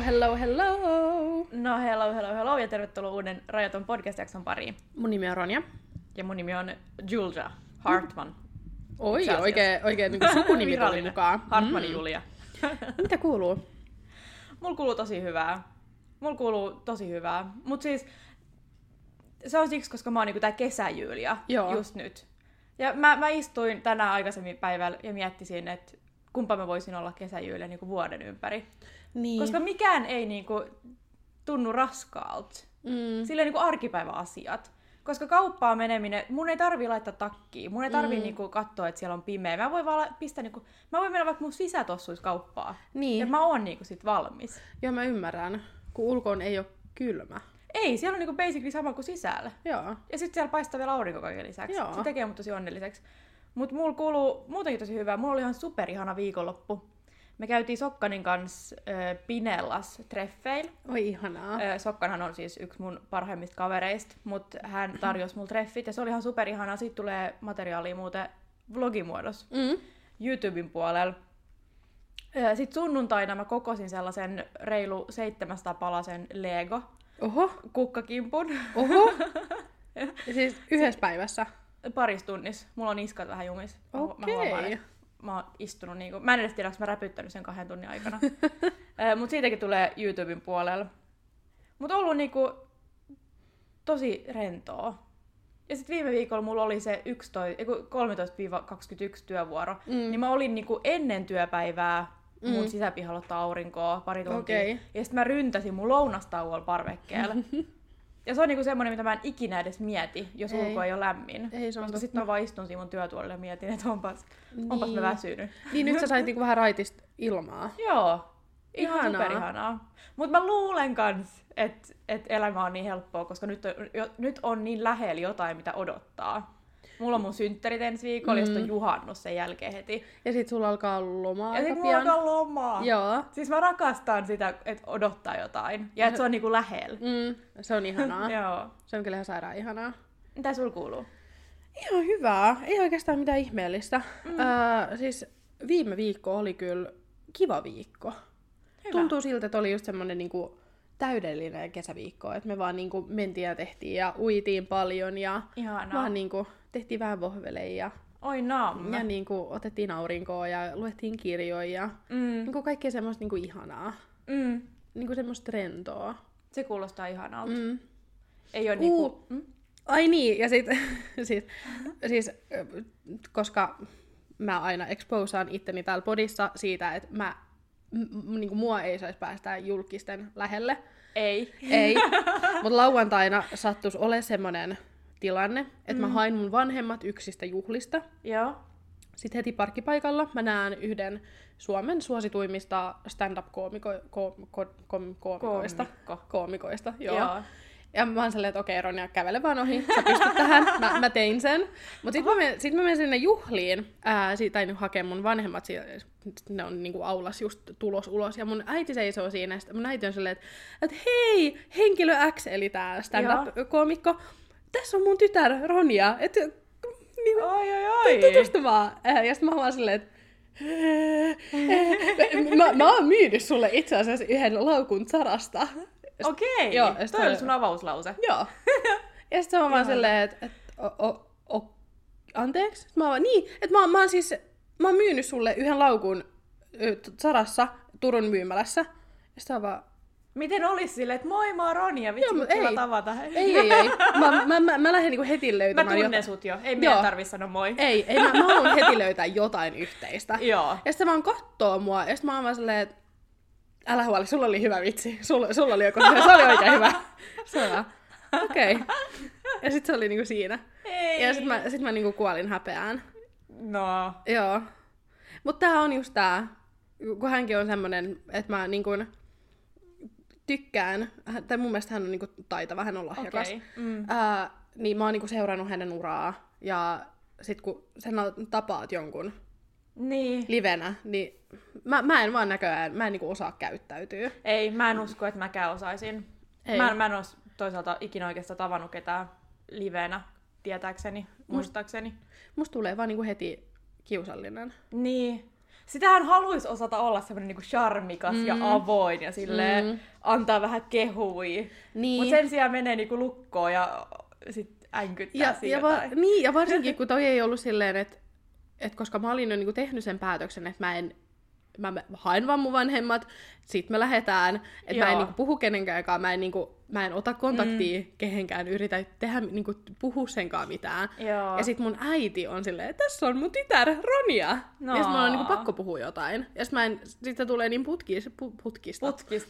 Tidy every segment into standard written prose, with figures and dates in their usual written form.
hello, hello! No hello ja tervetuloa uuden Rajaton podcast-jakson pariin. Mun nimi on Ronja. Ja mun nimi on Julia Hartman. Oi, oikein niin sukunimi tuli mukaan. Hartman Julia. Mitä kuuluu? Mulla kuuluu tosi hyvää. Mut siis se on siksi, koska mä oon niinku tää kesäjyyliä just nyt. Ja mä istuin tänään aikaisemmin päivällä ja miettisin, että kumpa mä voisin olla kesäjyyliä niinku vuoden ympäri. Niin. Koska mikään ei niinku tunnu raskaalta. Silleen niinku arkipäiväasiat. Koska kauppaan meneminen, mun ei tarvii laittaa takkiin. Mun ei tarvii niinku katsoa, että siellä on pimeä. Mä voin vaan pistää niinku, mä voin mennä vaikka mun sisätossuis kauppaan. Niin. Ja mä oon niinku sit valmis. Joo, mä ymmärrän. Kun ulkoon ei oo kylmä. Ei, siellä on niinku basically sama kuin sisällä. Joo. Ja sit siellä paistaa vielä aurinko kaiken lisäksi. Joo. Se tekee mut tosi onnelliseksi. Mut mulla kuuluu muutenkin tosi hyvää. Mulla oli ihan superihana viikonloppu. Me käytiin Sokkanin kanssa Pinellas treffeillä. Oi ihanaa. Sokkanhan on siis yksi mun parhaimmista kavereista, mutta hän tarjosi mulle treffit ja se oli ihan superihanaa. Siitä tulee materiaalia muuten vlogimuodossa YouTuben puolella. Sitten sunnuntaina mä kokosin sellaisen reilu 700 palasen Lego kukkakimpun. Oho! Ja siis yhdessä päivässä? Parissa tunnissa. Mulla on niskat vähän jumis. Okei. Mä oon istunut niinku, mä en edes tiedä, onko mä räpyttänyt sen 2 tunnin aikana. Mut siitäkin tulee YouTuben puolella. Mut ollut niinku tosi rentoa. Ja sit viime viikolla mulla oli se 13-21 työvuoro. Niin mä olin niinku ennen työpäivää mun sisäpihalla ottaa aurinkoa pari tuntia. Okay. Ja sit mä ryntäsin mun lounastauolla parvekkeella. Ja se on niinku semmoinen, mitä mä en ikinä edes mieti, jos ulko ei ole lämmin. Koska sit mä vaan istun siinä mun työtuolille ja mietin, että onpas mä väsynyt. Niin nyt sä sait niinku vähän raitista ilmaa. Joo. Ihan superihanaa. Mut mä luulen kans, että elämä on niin helppoa, koska nyt on niin lähellä jotain, mitä odottaa. Mulla on mun synttärit ensi viikolla ja sit on juhannus sen jälkeen heti. Ja sit sulla alkaa lomaa. Ja sit mulla alkaa lomaa. Joo. Siis mä rakastan sitä, että odottaa jotain. Ja että se on niinku lähellä. Se on ihanaa. Joo. Se on kyllä ihan sairaan ihanaa. Mitä sul kuuluu? Ihan hyvää. Ei oikeastaan mitään ihmeellistä. Siis viime viikko oli kyllä kiva viikko. Hyvä. Tuntuu siltä, että oli just semmonen niinku täydellinen kesäviikko. Että me vaan niinku mentiin ja tehtiin ja uitiin paljon ja vaan niinku tehtiin vähän vohveleja. Oi namme. Ja niinku otettiin aurinkoa ja luettiin kirjoja ja niinku kaikkea semmoista niinku ihanaa. Niinku semmoista rentoa. Se kuulostaa ihanalta. Ei oo niinku... Ai niin, ja siis koska mä aina exposaan itteni täällä podissa siitä, että niinku mua ei saisi päästä julkisten lähelle. Ei. Mutta lauantaina sattuisi ole semmonen tilanne, että mä hain mun vanhemmat yksistä juhlista. Joo. Sitten heti parkkipaikalla mä näen yhden Suomen suosituimmista stand-up-koomikoista. Joo. Ja mä oon silleen, että okei Ronja, kävele vaan ohi, sä pystyt tähän, mä tein sen. Mut sit mä menen sinne juhliin, tai hakemaan mun vanhemmat, ne on niinku aulas just tulos ulos, ja mun äiti seisoo siinä, ja mun äiti on silleen, että hei, henkilö X, eli tää stand-up-koomikko, tässä on mun tytär Ronja, että niinku, tutustumaan. Ja sit mä oon vaan silleen, että mä oon myynyt sulle itse asiassa yhden laukun Zarasta. Okei, toi oli sun avauslause. Joo. Ja sit se on vaan silleen, että anteeksi? Mä oon niin, että mä oon myynyt sulle yhden laukun Zarassa Turun myymälässä. Ja sit on vaan... Miten olis silleen, että moi, mä oon Ronja, vitsi kun kiva tavata. Ei. Mä lähden niinku heti löytämään mä tunnen sut jo, ei meidän tarvi sanoa moi. Ei, mä haluan heti löytää jotain yhteistä. Joo. Ja sit se vaan kattoo mua, ja sit mä oon vaan silleen, että älä huoli, sulla oli hyvä vitsi. Sulla oli joku hyvä, se oli oikein hyvä. Se on okei. Ja sit se oli niinku siinä. Ei. Ja sit mä niinku kuolin häpeään. No. Joo. Mut tää on just tää, kun hänkin on semmonen, että mä niinku tykkään, tai mun mielestä hän on niinku taitava, hän on lahjakas. Okay. Niin mä oon niinku seurannut hänen uraa. Ja sit kun sä tapaat jonkun livenä, niin mä en vaan mä en niinku osaa käyttäytyä. Ei, mä en usko, että mäkään osaisin. Mä en oo toisaalta ikinä oikeastaan tavannut ketään livenä, tietääkseni, muistaakseni. Musta tulee vaan niinku heti kiusallinen. Niin. Sitähän haluaisi osata olla semmoinen niinku charmikas ja avoin ja silleen antaa vähän kehui. Niin. Mut sen sijaan menee niinku lukkoon ja sit änkyttää siinä jotain. Niin, ja varsinkin kun toi ei ollut silleen, että koska mä olin jo niinku tehnyt sen päätöksen, että mä haen vaan mun vanhemmat, sit me lähdetään, että mä en niinku puhu kenenkään, mä en ota kontaktia kehenkään, yritä tehdä niinku puhua senkaan mitään. Joo. Ja sit mun äiti on silleen, että tässä on mun tytär Ronja. No. Ja sit mulla on niinku pakko puhua jotain. Ja sit se tulee niin putkista.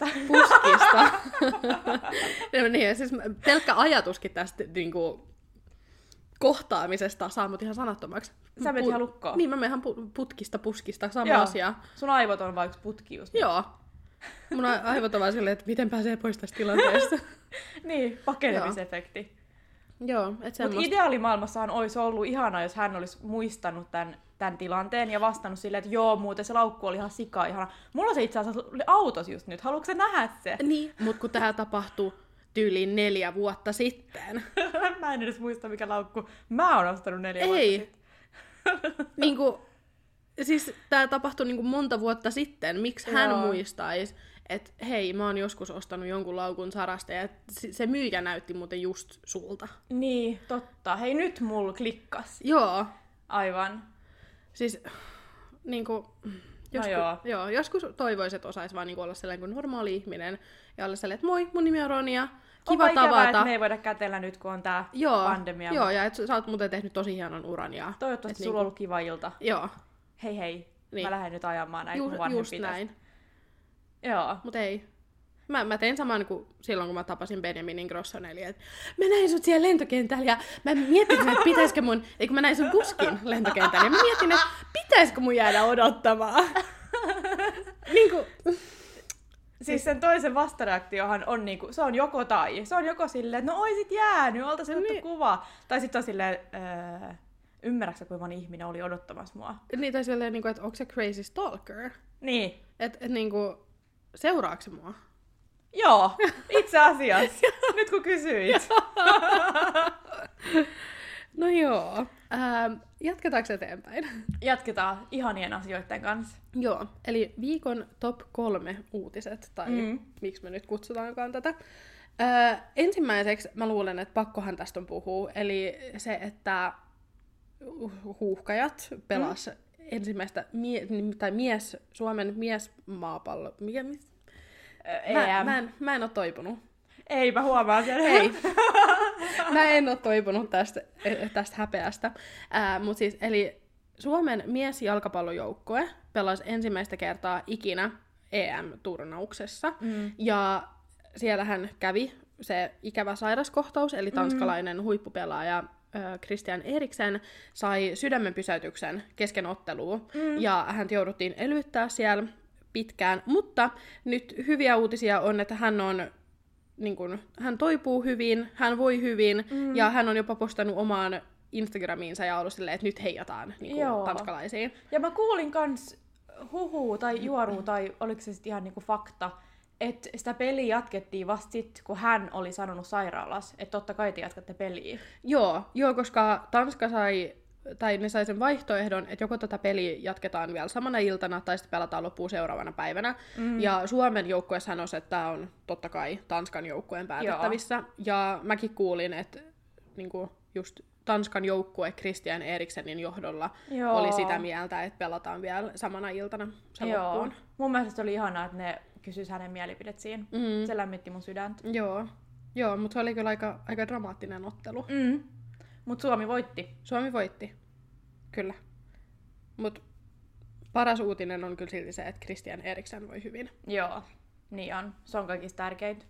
Niin, ja siis pelkkä ajatuskin tästä niinku kohtaamisesta saa mut ihan sanattomaksi. Sä menet ihan lukkoon. Niin, mä menen ihan puskista, sama asia. Sun aivot on vaan yksi putki just. Joo. Mun aivot on vaan silleen, että miten pääsee pois tästä tilanteesta. Niin, pakenemisefekti. Joo, et semmoista. Mut ideaalimaailmassahan olisi ollut ihanaa, jos hän olisi muistanut tämän tilanteen ja vastannut silleen, että joo, muuten se laukku oli ihan sika ihana. Mulla on se itse asiassa autos just nyt, haluatko sä nähdä se? Niin, mut kun tää tapahtui tyyliin 4 vuotta sitten. Mä en edes muista, mikä laukku mä oon ostanut 4 vuotta sitten. Niinku, siis tää tapahtui niinku monta vuotta sitten. Miksi hän muistaisi, että hei, mä oon joskus ostanut jonkun laukun Sarasta ja se myyjä näytti muuten just sulta. Niin, totta. Hei, nyt mulla klikkas. Joo. Aivan. Siis, niinku, joskus toivoisin, että osais vaan niinku olla sellainen kuin normaali ihminen ja olla sellainen, että moi, mun nimi on Ronja. Kiva tavata. Ikävää, että me ei voida kätellä nyt, kun on tää pandemia. Joo, ja että sä oot muuten tehnyt tosi hienon uran. Ja toivottavasti sulla on ollut kiva ilta. Joo. Hei, niin. Mä lähden nyt ajamaan näitä mun just näin. Joo. Mut ei. Mä tein saman kuin silloin, kun mä tapasin Benjaminin Grossoneli, että mä näin sut siellä lentokentällä ja mä mietin, että pitäisikö mun, kun mä näin sun kuskin lentokentällä, ja mä mietin, että pitäisikö mun jäädä odottamaan. Niinku. Siis sen toisen vastareaktiohan on niinku, se on joko tai. Se on joko silleen, että no oisit jäänyt, oltais otettu kuva. Tai sitten on silleen, ymmärräksä kuinka moni ihminen oli odottamassa mua? Niin, tai silleen, niinku, että onko se crazy stalker? Niin. Että niinku, seuraako se mua? Joo, itse asiassa. Nyt kun kysyit. No joo. Jatketaanko eteenpäin? Jatketaan ihanien asioiden kanssa. Joo, eli viikon top 3 uutiset, tai miksi me nyt kutsutaankaan tätä. Ensimmäiseksi mä luulen, että pakkohan tästä on puhua, eli se, että huuhkajat pelas ensimmäistä Suomen miesmaapallo. Mä en oo toipunut. Ei, mä huomaan sen. Ei. Mä en oo toipunut tästä häpeästä. Mut siis, eli Suomen miesjalkapallojoukkue pelasi ensimmäistä kertaa ikinä EM-turnauksessa. Ja siellähän kävi se ikävä sairaskohtaus, eli tanskalainen huippupelaaja Christian Eriksen sai sydämenpysäytyksen kesken ottelua. Ja hän jouduttiin elvyttää siellä pitkään. Mutta nyt hyviä uutisia on, että hän toipuu hyvin, hän voi hyvin, ja hän on jopa postannut omaan Instagramiinsa ja ollut silleen, että nyt heijataan tanskalaisiin. Ja mä kuulin kans huhuu tai juoruu, tai oliko se sitten ihan niinku fakta, että sitä peliä jatkettiin vasta sitten, kun hän oli sanonut sairaalassa, että totta kai te jatkatte peliä. Joo, koska Tanska ne sai sen vaihtoehdon, että joko tätä peliä jatketaan vielä samana iltana, tai sitten pelataan loppuun seuraavana päivänä. Ja Suomen joukkue sanoi, että tämä on totta kai Tanskan joukkueen päätettävissä. Joo. Ja mäkin kuulin, että niinku, just Tanskan joukkue Christian Eriksenin johdolla oli sitä mieltä, että pelataan vielä samana iltana sen loppuun. Mun mielestä oli ihanaa, että ne kysyisi hänen mielipidet siinä. Se lämmitti mun sydäntä. Joo, mutta se oli kyllä aika dramaattinen ottelu. Mut Suomi voitti. Suomi voitti, kyllä. Mut paras uutinen on kyllä silti se, että Christian Eriksen voi hyvin. Joo, niin on. Se on kaikista tärkeintä.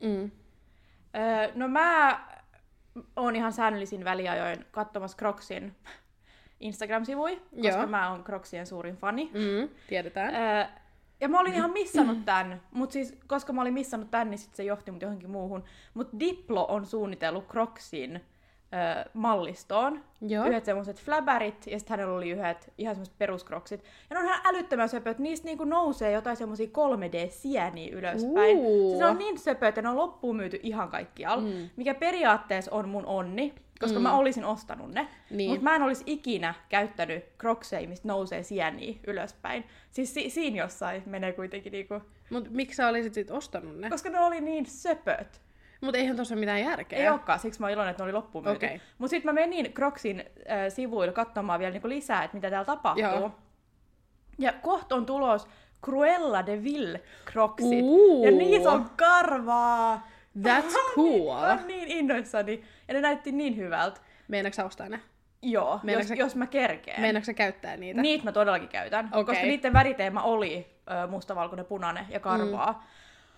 No mä oon ihan säännöllisin väliajoin katsomassa Crocsin Instagram-sivui, koska mä oon Crocsien suurin fani. Tiedetään. Ja mä olin ihan missannut tän, mutta siis koska mä olin missannut tän, niin sit se johti mut johonkin muuhun. Mut Diplo on suunnitellut Crocsin mallistoon. Yhdet semmoset flabarit, ja sitten hänellä oli yhdet ihan semmoset peruskroksit. Ja ne on ihan älyttömän söpöt, niistä niinku nousee jotain semmosia 3D-sieniä ylöspäin. Se on niin söpöt, että ne on loppuun myyty ihan kaikkialla. Mikä periaatteessa on mun onni, koska mä olisin ostanut ne. Niin. Mutta mä en olisi ikinä käyttänyt Crocseja, mistä nousee sieniä ylöspäin. Siis siinä jossain menee kuitenkin niinku... Mut miksi sä olisit sit ostanut ne? Koska ne oli niin söpöt. Mut eihän tossa mitään järkeä. Ei olekaan, siksi mä oon iloinen, että ne oli loppuun myyty. Okay. Mut sit mä menin Crocsin sivuille katsomaan vielä niinku lisää, että mitä täällä tapahtuu. Joo. Ja kohta on tulos Cruella de Vil Crocsit. Ja niissä on karvaa. That's cool. Mä oon niin innoissani. Ja ne näytti niin hyvältä. Meinaatko sä ostaa ne? Joo, jos mä kerkeen. Meinaatko sä käyttää niitä? Niitä mä todellakin käytän. Okay. Koska niiden väriteema oli mustavalkoinen, punainen ja karvaa.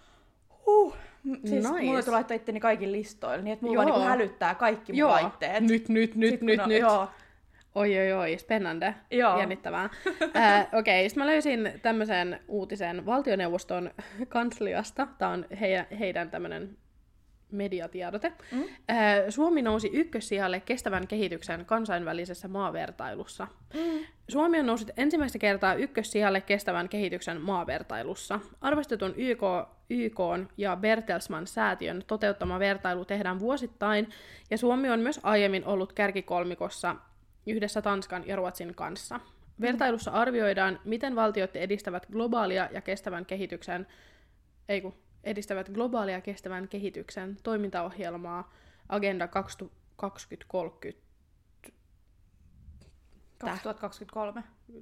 Siis nice. Mulle tulee laittaa itteni kaikille listoille, niin että mulla vaan niinku hälyttää kaikki mun laitteet. Nyt. Joo. Oi, spännande. Joo. Jännittävää. Okei, sitten mä löysin tämmöisen uutisen valtioneuvoston kansliasta. Tää on heidän tämmönen mediatiedote. Suomi nousi ykkössijalle kestävän kehityksen kansainvälisessä maavertailussa. Suomi on noussut ensimmäistä kertaa ykkössijalle kestävän kehityksen maavertailussa. Arvostetun YK:n ja Bertelsmann-säätiön toteuttama vertailu tehdään vuosittain, ja Suomi on myös aiemmin ollut kärkikolmikossa yhdessä Tanskan ja Ruotsin kanssa. Vertailussa arvioidaan, miten valtiot edistävät globaalia ja kestävän kehityksen toimintaohjelmaa Agenda 2030. 2023.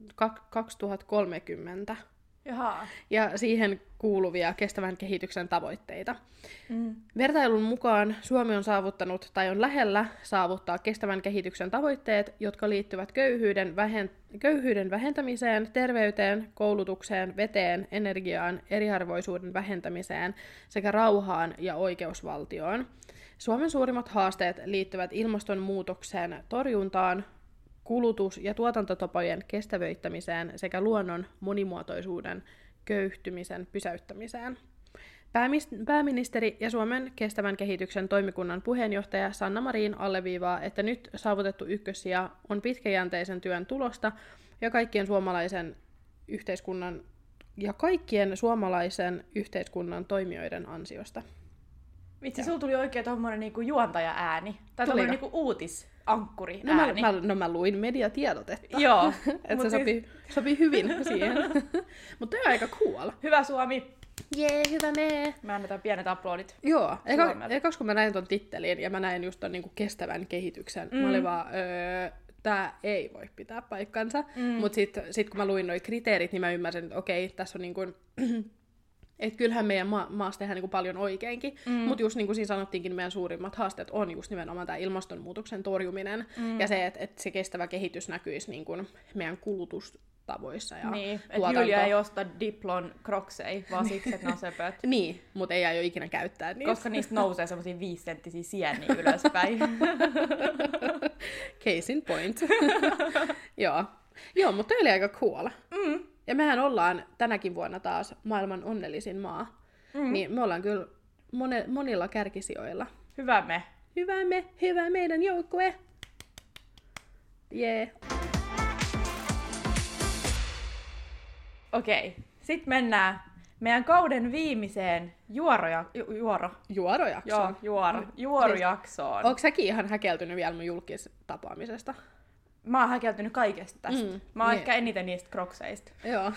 2030. Jaha. Ja siihen kuuluvia kestävän kehityksen tavoitteita. Vertailun mukaan Suomi on saavuttanut tai on lähellä saavuttaa kestävän kehityksen tavoitteet, jotka liittyvät köyhyyden vähentämiseen, terveyteen, koulutukseen, veteen, energiaan, eriarvoisuuden vähentämiseen sekä rauhaan ja oikeusvaltioon. Suomen suurimmat haasteet liittyvät ilmastonmuutoksen torjuntaan, kulutus- ja tuotantotapojen kestävöittämiseen sekä luonnon monimuotoisuuden köyhtymisen pysäyttämiseen. Pääministeri ja Suomen kestävän kehityksen toimikunnan puheenjohtaja Sanna Marin alleviivaa, että nyt saavutettu ykkössija on pitkäjänteisen työn tulosta ja kaikkien suomalaisen yhteiskunnan toimijoiden ansiosta. Vitsi, sulla tuli oikein tommonen niinku juontaja-ääni. Tai tommonen niinku uutisankkuri ääni. Mä luin mediatiedotetta. Joo. Että se sopii hyvin siihen. Mutta on aika cool. Hyvä Suomi! Jee, hyvä me! Me annetaan pienet aplodit. Joo. Eikä kun mä näin ton tittelin ja mä näin just ton niinku kestävän kehityksen. Mä olin vaan, tää ei voi pitää paikkansa. Mut sit kun mä luin noi kriteerit, niin mä ymmärsin, että okei, tässä on niinku... Että kyllähän meidän maassa tehdään niinku paljon oikeinkin, mutta just niin kuin siinä sanottiinkin, meidän suurimmat haasteet on just nimenomaan tämä ilmastonmuutoksen torjuminen ja se, että se kestävä kehitys näkyisi niinku meidän kulutustavoissa ja niin, että Julia ei osta Diplon Crocsei, vaan siksi, että ne on söpöt. Niin, mutta ei aio ikinä käyttää niitä. Koska niistä nousee semmosia 5-senttisiä sieniä ylöspäin. Case in point. Joo, mutta toi oli aika cool. Ja mehän ollaan tänäkin vuonna taas maailman onnellisin maa. Niin me ollaan kyllä monilla kärkisijoilla. Hyvä me. Hyvä meidän joukkue. Jee. Okei, sit mennään meidän kauden viimeiseen juorojaksoon. Onko säkin ihan häkeltynyt vielä mun julkistapaamisesta? Mä oon häkeltynyt kaikesta tästä. Mä oon ehkä eniten niistä Crocseista. Joo.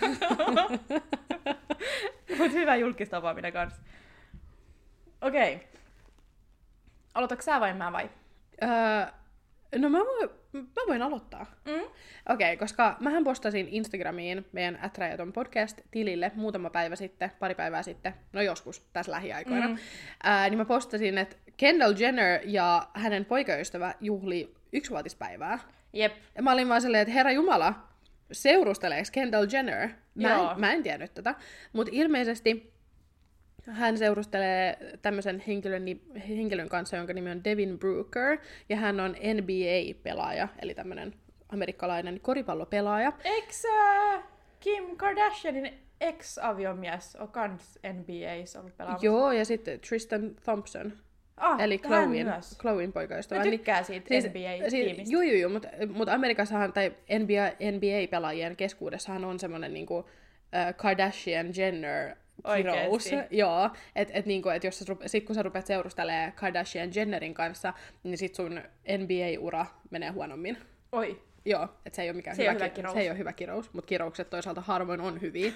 Mut hyvä julkistapaaminen kanssa. Okei. Aloitatko sä vai mä vai? No mä voin aloittaa. Okei, koska mähän postasin Instagramiin meidän @rajaton podcast-tilille pari päivää sitten, no joskus tässä lähiaikoina, niin mä postasin, että Kendall Jenner ja hänen poikaystävä juhli 1-vuotispäivää. Jep. Ja mä olin vaan silleen, että herra jumala, seurusteleeks Kendall Jenner? Mä en tiennyt tätä, mutta ilmeisesti hän seurustelee tämmöisen henkilön kanssa, jonka nimi on Devin Booker, ja hän on NBA-pelaaja, eli tämmöinen amerikkalainen koripallopelaaja. Eiks Kim Kardashianin ex-aviomies on kans NBA:ssa ollut pelaamassa? Joo, ja sitten Tristan Thompson. Eli Chloen poikaystävä. Ne tykkää siitä NBA-tiimistä. Joo, mutta Amerikassahan, tai NBA-pelaajien keskuudessahan on semmoinen niinku Kardashian-Jenner kirous. Joo, että niinku, et jos sit kun sä rupeat seurustelemaan Kardashian Jennerin kanssa, niin sit sun NBA-ura menee huonommin. Oi. Joo, että se ei ole mikään hyvä kirous. Se ei ole hyvä kirous, mutta kiroukset toisaalta harvoin on hyviä.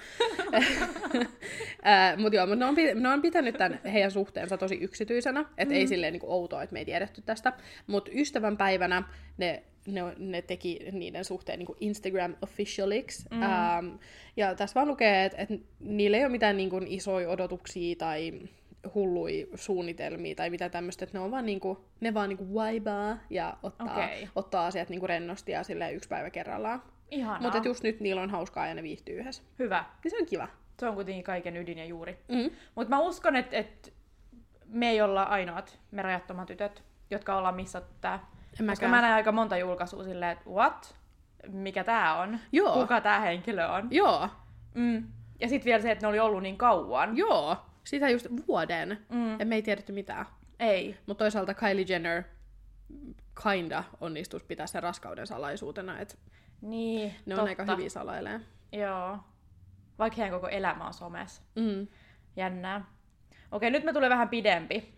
Mutta joo, ne on pitänyt tämän heidän suhteensa tosi yksityisenä, että ei silleen niinku outoa, että me ei tiedetty tästä. Mutta ystävänpäivänä ne teki niiden suhteen niinku Instagram officialiksi. Ja tässä vaan lukee, että niillä ei ole mitään niinku isoja odotuksia tai hullui suunnitelmia tai mitä tämmöistä, että ne vaan niinku vibaa ja ottaa asiat niinku rennosti ja silleen yksi päivä kerrallaan. Ihanaa. Mutta just nyt niillä on hauskaa ja ne viihtyy yhdessä. Hyvä. Ja se on kiva. Se on kuitenkin kaiken ydin ja juuri. Mutta mä uskon, että me ei olla ainoat, me rajattomat tytöt, jotka ollaan missattu tää. Koska mä näen aika monta julkaisua silleen, että what? Mikä tää on? Joo. Kuka tää henkilö on? Joo. Ja sit vielä se, että ne oli ollut niin kauan. Joo. Sitä just vuoden. Ja me ei tiedetty mitään. Ei. Mutta toisaalta Kylie Jenner kinda onnistuisi pitää sen raskauden salaisuutena, että niin, ne on aika hyviä salailee. Joo. Vaikka heidän koko elämä on somessa. Jännää. Okei, nyt me tulee vähän pidempi.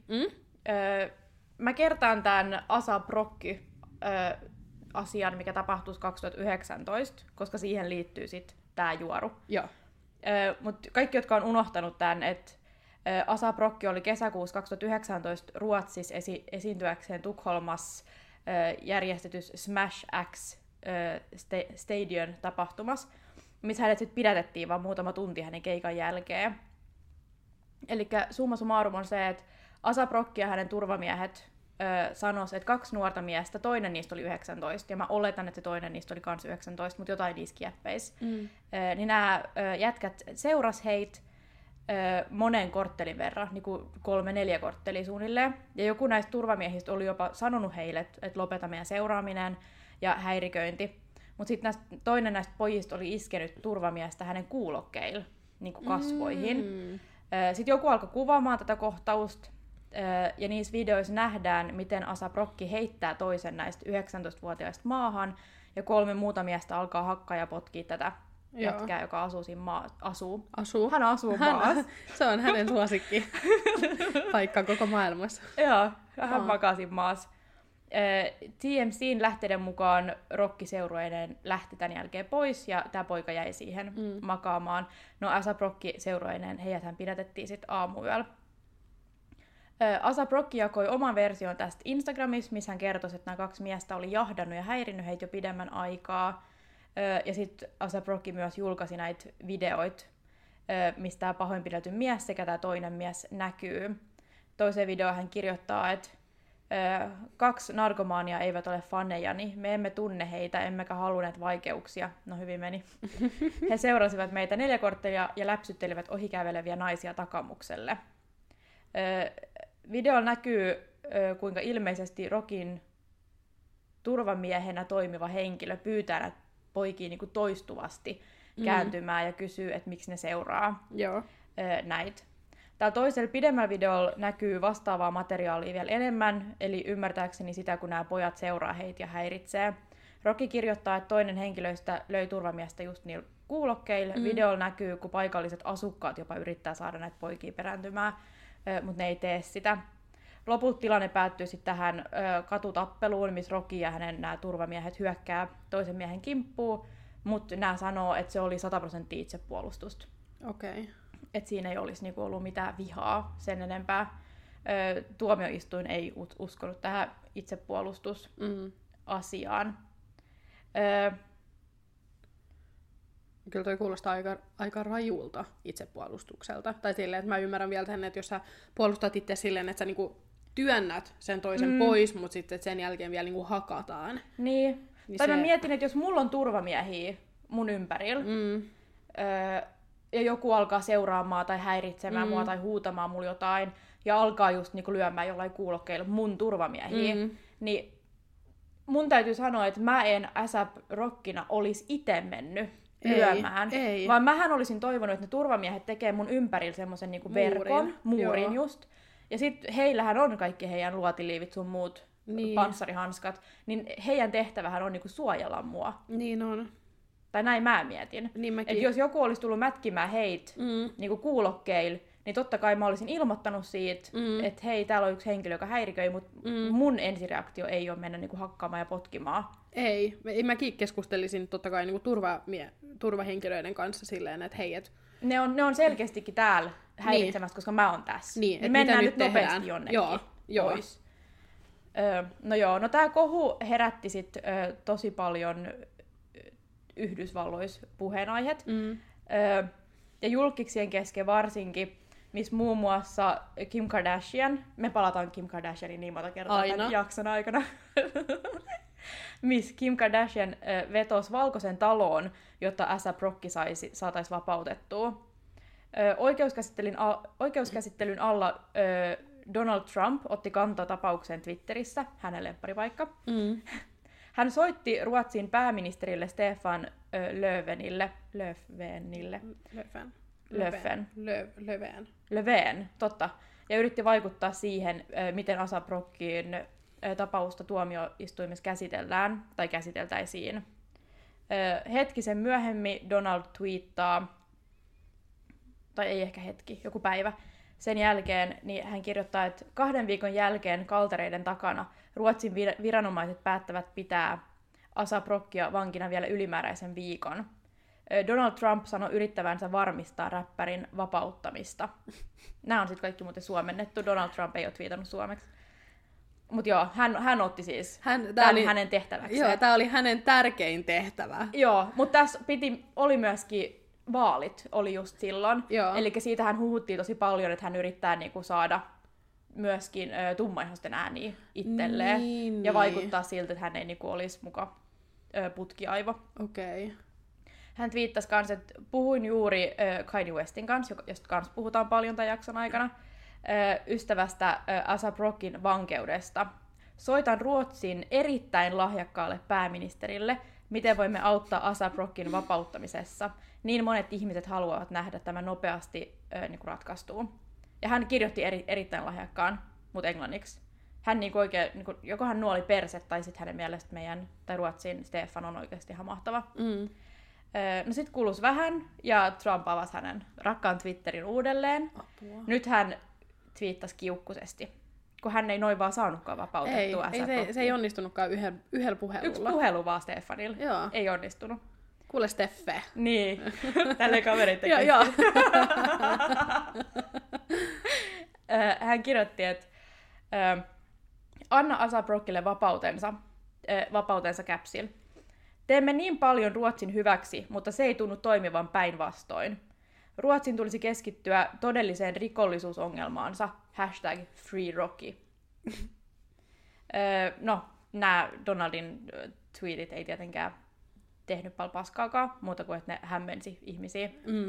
Mä kertaan tämän ASAP Rocky asian, mikä tapahtuisi 2019, koska siihen liittyy sitten tää juoru. Joo. Mutta kaikki, jotka on unohtanut tämän, että ASAP Rocky oli kesäkuussa 2019 Ruotsissa esiintyäkseen Tukholmassa järjestetyssä Smash X Stadion tapahtumassa, missä hänet sitten pidätettiin vaan muutama tunti hänen keikan jälkeen. Eli summa summarum on se, että ASAP Rocky ja hänen turvamiehet sanoisi, että 2 nuorta miestä, toinen niistä oli 19, ja mä oletan, että se toinen niistä oli kans 19, mutta jotain niissä kieppeis. Niin nämä jätkät seuras heitä monen korttelin verran, niin kuin 3-4 korttelia suunnilleen. Ja joku näistä turvamiehistä oli jopa sanonut heille, että lopeta meidän seuraaminen ja häiriköinti. Mutta sitten toinen näistä pojista oli iskenyt turvamiestä hänen kuulokkeilla niin kuin kasvoihin. Sitten joku alkoi kuvaamaan tätä kohtausta, ja niissä videoissa nähdään, miten ASAP Rocky heittää toisen näistä 19-vuotiaista maahan, ja 3 muuta miestä alkaa hakkaa ja potkia tätä jätkää, joka asuu siinä asuu. Hän asuu maassa. Se on hänen suosikki paikka koko maailmassa. Joo, hän makaa siinä maassa. TMC:n lähteiden mukaan Rocky seurueineen lähti tämän jälkeen pois, ja tämä poika jäi siihen makaamaan. No ASAP Rocky seurueineen, heidäthän pidätettiin sitten aamuyöllä. ASAP Rocky jakoi oman version tästä Instagramissa, missä hän kertoi, että nämä 2 miestä oli jahdannut ja häirinnyt heitä jo pidemmän aikaa. Ja sitten ASAP Rocky myös julkaisi näitä videoita, mistä tämä pahoinpidelty mies sekä tämä toinen mies näkyy. Toiseen videoon hän kirjoittaa, että 2 narkomaania eivät ole fanejani, me emme tunne heitä, emmekä halunneet vaikeuksia. No hyvin meni. He seurasivat meitä 4 korttelia ja läpsyttelivät ohikäveleviä naisia takamukselle. Videolla näkyy, kuinka ilmeisesti Rockin turvamiehenä toimiva henkilö pyytää näitä poikia niin kuin toistuvasti kääntymään ja kysyy, että miksi ne seuraa näitä. Täällä toisella pidemmällä videolla näkyy vastaavaa materiaalia vielä enemmän, eli ymmärtääkseni sitä, kun nämä pojat seuraa heitä ja häiritsee. Rocky kirjoittaa, että toinen henkilöistä löi turvamiestä just niillä kuulokkeilla. Videolla näkyy, kun paikalliset asukkaat jopa yrittää saada näitä poikia perääntymään, mutta ne ei tee sitä. Lopulta tilanne päättyy sitten tähän katutappeluun, missä Rocky ja hänen nämä turvamiehet hyökkää toisen miehen kimppuun, mutta nämä sanoo, että se oli 100% itsepuolustusta. Okei. Että siinä ei olisi niinku ollut mitään vihaa sen enempää. Tuomioistuin ei uskonut tähän itsepuolustusasiaan. Kyllä toi kuulostaa aika rajulta itsepuolustukselta. Tai silleen, että mä ymmärrän vielä sen, että jos sä puolustat itse silleen, että sä niinku työnnät sen toisen pois, mutta sitten sen jälkeen vielä niinku hakataan. Niin tai mä mietin, että jos mulla on turvamiehiä mun ympärillä, ja joku alkaa seuraamaan tai häiritsemään mua tai huutamaan mulle jotain, ja alkaa just niinku lyömään jollain kuulokkeilla mun turvamiehiä, niin mun täytyy sanoa, että mä en ASAP Rockina olisi itse mennyt lyömään, vaan mähän olisin toivonut, että ne turvamiehet tekee mun ympärillä semmoisen niinku verkon, muurin just, ja sitten heillähän on kaikki heidän luotiliivit sun muut panssarihanskat, niin heidän tehtävähän on niinku suojella mua. Niin on. Tai näin mä mietin. Niin että jos joku olisi tullut mätkimään heitä niinku kuulokkeilla, niin totta kai mä olisin ilmoittanut siitä, että hei, täällä on yksi henkilö, joka häiriköi, mutta mun ensireaktio ei ole mennä niinku hakkaamaan ja potkimaan. Ei. Mäkin keskustelisin totta kai niinku turvahenkilöiden kanssa silleen, että hei, Ne on selkeästikin täällä häiritsemässä, koska mä oon tässä. Niin, mennään nyt nopeasti jonnekin pois. No tää kohu herätti sit tosi paljon Yhdysvalloissa puheenaiheet. Ja julkiksien kesken varsinkin, missä muun muassa Kim Kardashian, me palataan Kim Kardashianin niin monta kertaa tämän jakson aikana, missä Kim Kardashian vetosi Valkoisen taloon, jotta A$AP Rocky saataisiin vapautettua. Oikeuskäsittelyn alla Donald Trump otti kantaa tapaukseen Twitterissä, hänen lempparipaikka. Hän soitti Ruotsin pääministerille Stefan Löfven, totta. Ja yritti vaikuttaa siihen, miten A$AP Rockin tapausta tuomioistuimessa käsitellään, tai käsiteltäisiin. Hetkisen myöhemmin Donald twiittaa, tai ei ehkä hetki, joku päivä, sen jälkeen niin hän kirjoittaa, että 2 viikon jälkeen kaltereiden takana Ruotsin viranomaiset päättävät pitää A$AP Rockia vankina vielä ylimääräisen viikon. Donald Trump sanoi yrittävänsä varmistaa räppärin vapauttamista. Nämä on sitten kaikki muuten suomennettu. Donald Trump ei ole twiitannut suomeksi. Mutta joo, hän otti siis hänen tehtäväkseen. Joo, tämä oli hänen tärkein tehtävä. Joo, mutta tässä oli myöskin vaalit, oli just silloin. Eli siitähän huhuttiin tosi paljon, että hän yrittää niinku saada myöskin tummaihoisten ääniä itselleen. Ja vaikuttaa siltä, että hän ei niinku olisi muka putkiaivo. Okei. Hän twiittasi kanssa, että puhuin juuri Kanye Westin kanssa, josta kanssa puhutaan paljon tämän jakson aikana, ystävästä A$AP Rockin vankeudesta. Soitan Ruotsin erittäin lahjakkaalle pääministerille, miten voimme auttaa A$AP Rockin vapauttamisessa. Niin monet ihmiset haluavat nähdä tämän nopeasti niinku ratkaistua. Ja hän kirjoitti erittäin lahjakkaan, mutta englanniksi. Hän niinku oikein, niinku, joko hän nuoli perset, tai sitten hänen mielestä meidän, tai Ruotsin Stefan on oikeasti ihan mahtava. No sit kulus vähän, ja Trump avasi hänen rakkaan Twitterin uudelleen. Apua. Nyt hän twiittasi kiukkuisesti, kun hän ei noin vaan saanutkaan vapautettua. Se ei onnistunutkaan yhdellä puhelulla. Yksi puhelu vaan Stefanilla. Joo. Ei onnistunut. Kuule Steffe. Niin, tälleen kaverit tekee. Joo. Hän kirjoitti, että anna A$AP Rockille vapautensa Capsilla. Teemme niin paljon Ruotsin hyväksi, mutta se ei tunnu toimivan päinvastoin. Ruotsin tulisi keskittyä todelliseen rikollisuusongelmaansa. #FreeRocky. No, nämä Donaldin tweetit ei tietenkään tehnyt paljon paskaakaan, muuta kuin että ne hämmensi ihmisiä.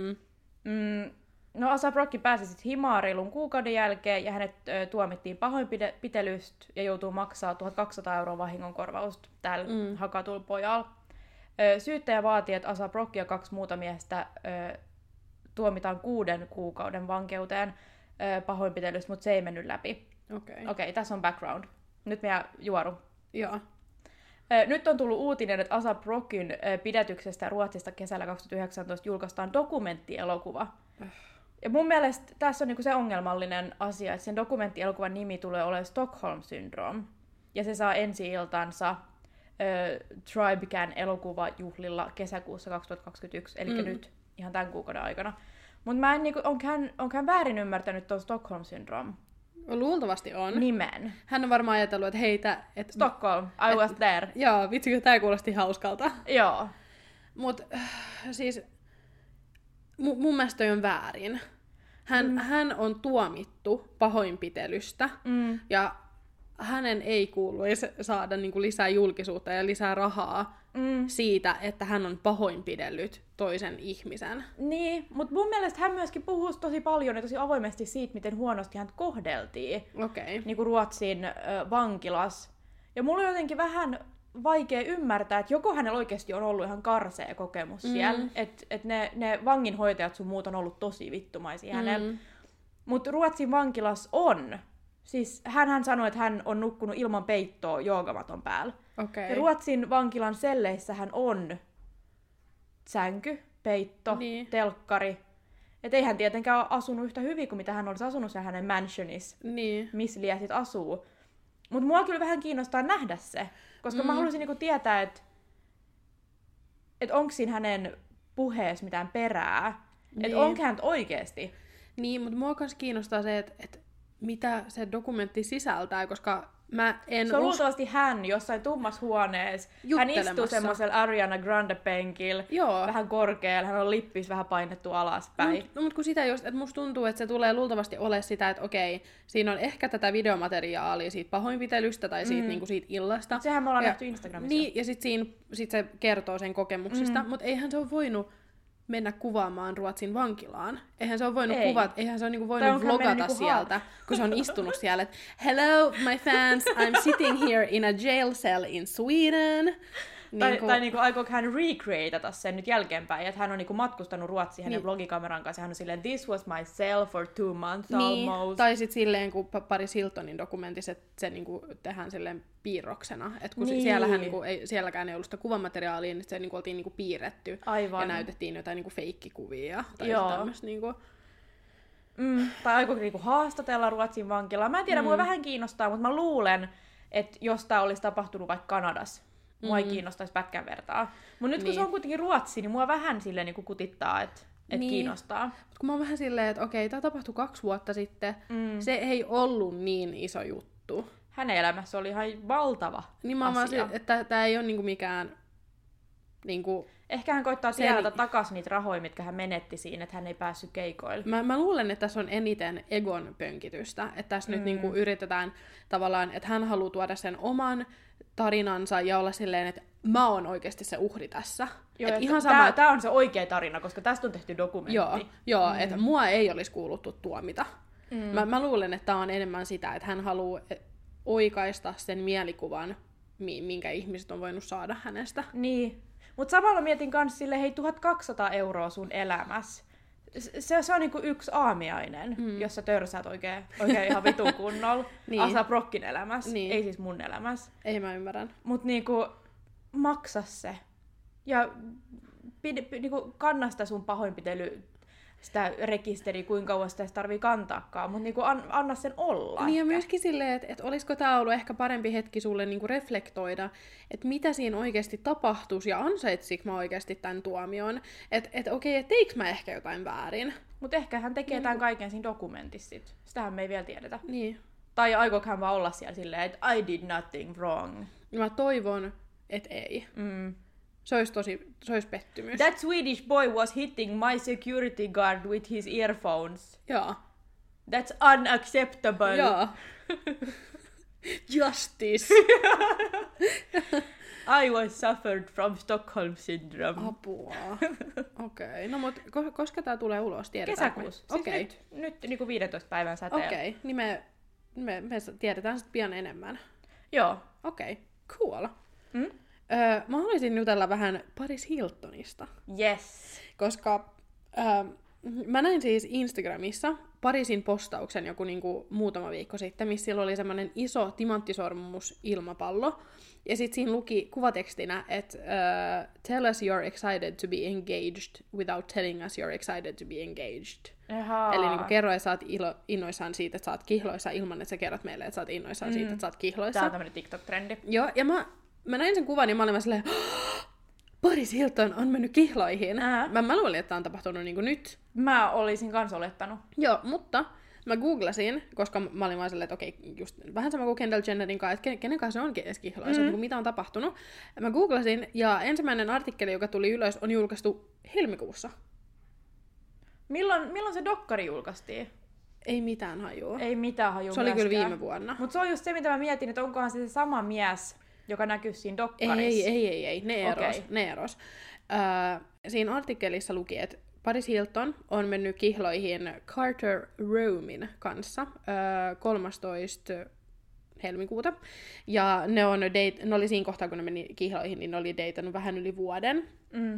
No, A$AP Rocky pääsi sitten himaan reilun kuukauden jälkeen, ja hänet tuomittiin pahoinpitelystä ja joutuu maksaa 1 200 € vahingonkorvausta tällä hakatulla pojalla. Syyttäjä vaatii, että A$AP Rocky ja 2 muuta miestä tuomitaan 6 kuukauden vankeuteen pahoinpitelystä, mutta se ei mennyt läpi. Okei, tässä on background. Nyt meidän juoru. Joo. Nyt on tullut uutinen, että A$AP Rockin pidätyksestä Ruotsista kesällä 2019 julkaistaan dokumenttielokuva. Ja mun mielestä tässä on niinku se ongelmallinen asia, että sen dokumenttielokuvan nimi tulee olemaan Stockholm Syndrome. Ja se saa ensi-iltansa Tribecan elokuvajuhlilla kesäkuussa 2021, eli nyt ihan tämän kuukauden aikana. Mutta mä en niinku, onko hän väärin ymmärtänyt tuon Stockholm Syndrome? Luultavasti on. Nimen. Hän on varmaan ajatellut, että heitä... Stockholm, I was there. Joo, vitsi, tää kuulosti hauskalta. Joo. Mut siis mun mielestä toi on väärin. Hän on tuomittu pahoinpitelystä ja hänen ei kuuluisi saada niinku lisää julkisuutta ja lisää rahaa siitä, että hän on pahoinpidellyt toisen ihmisen. Niin, mutta mun mielestä hän myöskin puhuu tosi paljon ja tosi avoimesti siitä, miten huonosti hän kohdeltiin niinku Ruotsin vankilas. Ja mulla on jotenkin vähän vaikea ymmärtää, että joko hänellä oikeasti on ollut ihan karsea kokemus siellä, että ne vanginhoitajat sun muut on ollut tosi vittumaisia hänellä. Mutta Ruotsin vankilas on. Siis hän sanoi, että hän on nukkunut ilman peittoa joogamaton päällä. Ja Ruotsin vankilan selleissähän on sänky, peitto, telkkari. Et ei hän tietenkään ole asunut yhtä hyvin kuin mitä hän olisi asunut siellä hänen mansionissa, missä Lia sit asuu. Mutta mua kyllä vähän kiinnostaa nähdä se, koska mä haluaisin niinku tietää, että onko siinä hänen puheessa mitään perää. Että onko hän oikeesti. Niin, mutta mua myös kiinnostaa se, että mitä se dokumentti sisältää, koska mä en... Se on luultavasti hän jossain tummassa huoneessa. Hän istuu semmoisella Ariana Grande-penkillä, vähän korkealla, hän on lippis vähän painettu alaspäin. No, mutta kun sitä just, että musta tuntuu, että se tulee luultavasti ole sitä, että okei, siinä on ehkä tätä videomateriaalia siitä pahoinpitelystä tai siitä, niinku siitä illasta. Sehän me ollaan nähty Instagramissa. Niin, ja sit se kertoo sen kokemuksista, mutta eihän se ole voinut mennä kuvaamaan Ruotsin vankilaan. Eihän se ole voinut eihän se ole niinku voinut vlogata sieltä, kun se on istunut siellä, että hello my fans, I'm sitting here in a jail cell in Sweden. Tai niinku aikooko hän recreatata sen nyt jälkeenpäin, että hän on niinku matkustanut Ruotsiin hänen vlogikameran kanssa, ja hän on silleen, this was my cell for 2 months almost. Tai sitten silleen, kun Paris Hiltonin dokumentissa, että se niinku tehdään silleen piirroksena. Että kun siellähän niinku sielläkään ei ollut sitä kuvamateriaalia, niin se niinku oltiin niinku piirretty. Aivan. Ja näytettiin jotain niinku feikkikuvia. Tai tämmöistä niinku... Tai aikooko niinku haastatella Ruotsin vankilaa. Mä en tiedä, mua vähän kiinnostaa, mutta mä luulen, että jos tää olisi tapahtunut vaikka Kanadassa, mua ei kiinnostaisi pätkän vertaa. Mutta nyt kun se on kuitenkin Ruotsi, niin mua vähän silleen niin kutittaa, että kiinnostaa. Mut kun mä oon vähän silleen, että okei, tää tapahtui 2 vuotta sitten, se ei ollut niin iso juttu. Hänen elämässä oli ihan valtava asia. Että tää ei ole niinku mikään... Niinku, ehkä hän koittaa tienata takaisin niitä rahoja, mitkä hän menetti siinä, että hän ei päässyt keikoille. Mä luulen, että tässä on eniten egon pönkitystä. Että tässä nyt niinku yritetään tavallaan, että hän haluaa tuoda sen oman tarinansa ja olla silleen, että mä oon oikeasti se uhri tässä. Joo, ihan sama, tää on se oikea tarina, koska tästä on tehty dokumentti. Joo, että mua ei olisi kuuluttu tuomita. Mä luulen, että tää on enemmän sitä, että hän haluaa oikaista sen mielikuvan, minkä ihmiset on voinut saada hänestä. Niin. Mutta samalla mietin kans silleen, hei 1200 € sun elämässä. Se on niinku yksi aamiainen, jos sä törsäät oikein ihan vitun kunnolla. Asa Brockin elämässä, ei siis mun elämässä. Ei, mä ymmärrän. Mut niinku, maksa se. Ja niinku, kanna sitä sun pahoinpitely, sitä rekisteriä, kuinka kauan sitä tarvii kantaakaan, mutta niinku anna sen olla. Niin ja myöskin silleen, että olisiko tää ollut ehkä parempi hetki sulle niinku reflektoida, että mitä siinä oikeasti tapahtuisi ja ansaitsiko mä oikeasti tämän tuomion. Että okei, että teikö mä ehkä jotain väärin. Mutta ehkä hän tekee tämän kaiken siinä dokumentissa sit. Sitähän me ei vielä tiedetä. Niin. Tai aikooko hän vaan olla siellä silleen, että I did nothing wrong. Mä toivon, että ei. Se olisi pettymys. That Swedish boy was hitting my security guard with his earphones. Joo. That's unacceptable. Joo. Justice. I was suffered from Stockholm syndrome. Apua. Okei. No mut koska tää tulee ulos? Kesäkuussa. Siis nyt niinku 15 päivän säteellä. Okei. Niin me tiedetään sit pian enemmän. Joo. Okei. Cool. Mä haluaisin jutella vähän Paris Hiltonista. Yes. Koska mä näin siis Instagramissa Parisin postauksen joku niinku muutama viikko sitten, missä sillä oli semmoinen iso timanttisormus ilmapallo. Ja sit siinä luki kuvatekstinä, että tell us you're excited to be engaged without telling us you're excited to be engaged. Jaha. Eli niinku kerro, että sä oot innoissaan siitä, että sä oot kihloissa ilman, että sä kerrot meille, että sä oot innoissaan siitä, että sä oot kihloissa. Tää on tämmönen TikTok-trendi. Joo, ja mä näin sen kuvan ja mä olin vaan silleen, Paris Hilton on mennyt kihloihin. Mä luulin, että tää on tapahtunut niinku nyt. Mä olisin kans olettanut. Joo, mutta mä googlasin, koska mä olin vaan silleen, että okei, just vähän sama kuin Kendall Jennerin kanssa, että kenen kanssa se onkin edes kihloissa, niin mitä on tapahtunut. Mä googlasin, ja ensimmäinen artikkeli, joka tuli ylös, on julkaistu helmikuussa. Milloin se dokkari julkaistiin? Ei mitään hajua. Ei mitään hajua. Se oli kyllä viime vuonna. Mutta se on just se, mitä mä mietin, että onkohan se sama mies, joka näkyy siinä dokkarissa. Ei. Ne eros. Siinä artikkelissa luki, että Paris Hilton on mennyt kihloihin Carter Romin kanssa 13. helmikuuta. Ja ne oli siinä kohtaa, kun ne meni kihloihin, niin ne oli deitannut vähän yli vuoden.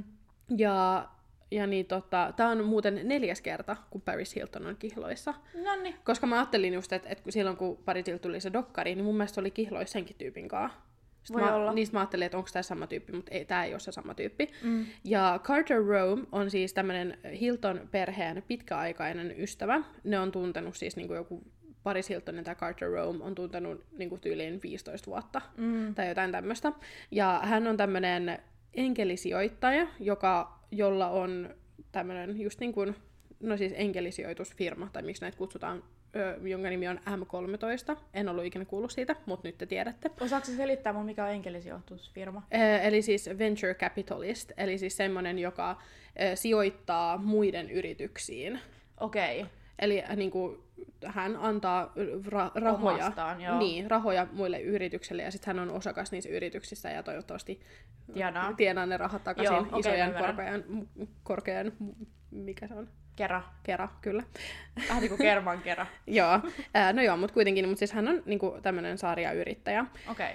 Ja niin tää on muuten 4. kerta, kun Paris Hilton on kihloissa. Noniin. Koska mä ajattelin just, että silloin kun Paris Hilton tuli se dokkari, niin mun mielestä se oli kihloissa senkin tyypin kanssa. Niistä mä ajattelin, että onko tämä sama tyyppi, mutta ei, tämä ei ole se sama tyyppi. Ja Carter Rome on siis tämmöinen Hilton-perheen pitkäaikainen ystävä. Ne on tuntenut siis niinku joku Paris Hilton ja tämä Carter Rome on tuntenut niinku tyyliin 15 vuotta tai jotain tämmöistä. Ja hän on tämmöinen enkelisijoittaja, jolla on tämmöinen just niin kuin, no siis enkelisijoitusfirma, tai miksi näitä kutsutaan, jonka nimi on M13. En ollut ikinä kuullut siitä, mutta nyt te tiedätte. Osaatko selittää mun, mikä on enkelisijoitusfirma? Eli siis venture capitalist, eli siis semmoinen, joka sijoittaa muiden yrityksiin. Okei. Eli niin kuin, hän antaa rahoja, Omastaan, rahoja muille yrityksille, ja sitten hän on osakas niissä yrityksissä, ja toivottavasti tienaa ne rahat takaisin isojen korkean, mikä se on? Kera, kyllä. Vähän niin kuin kerman kera. Joo, no joo, mutta kuitenkin, mutta siis hän on niinku tämmöinen sarjayrittäjä. Okei.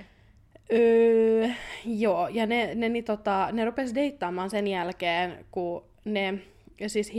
Joo, ja ne rupes deittaamaan sen jälkeen, kun ne, siis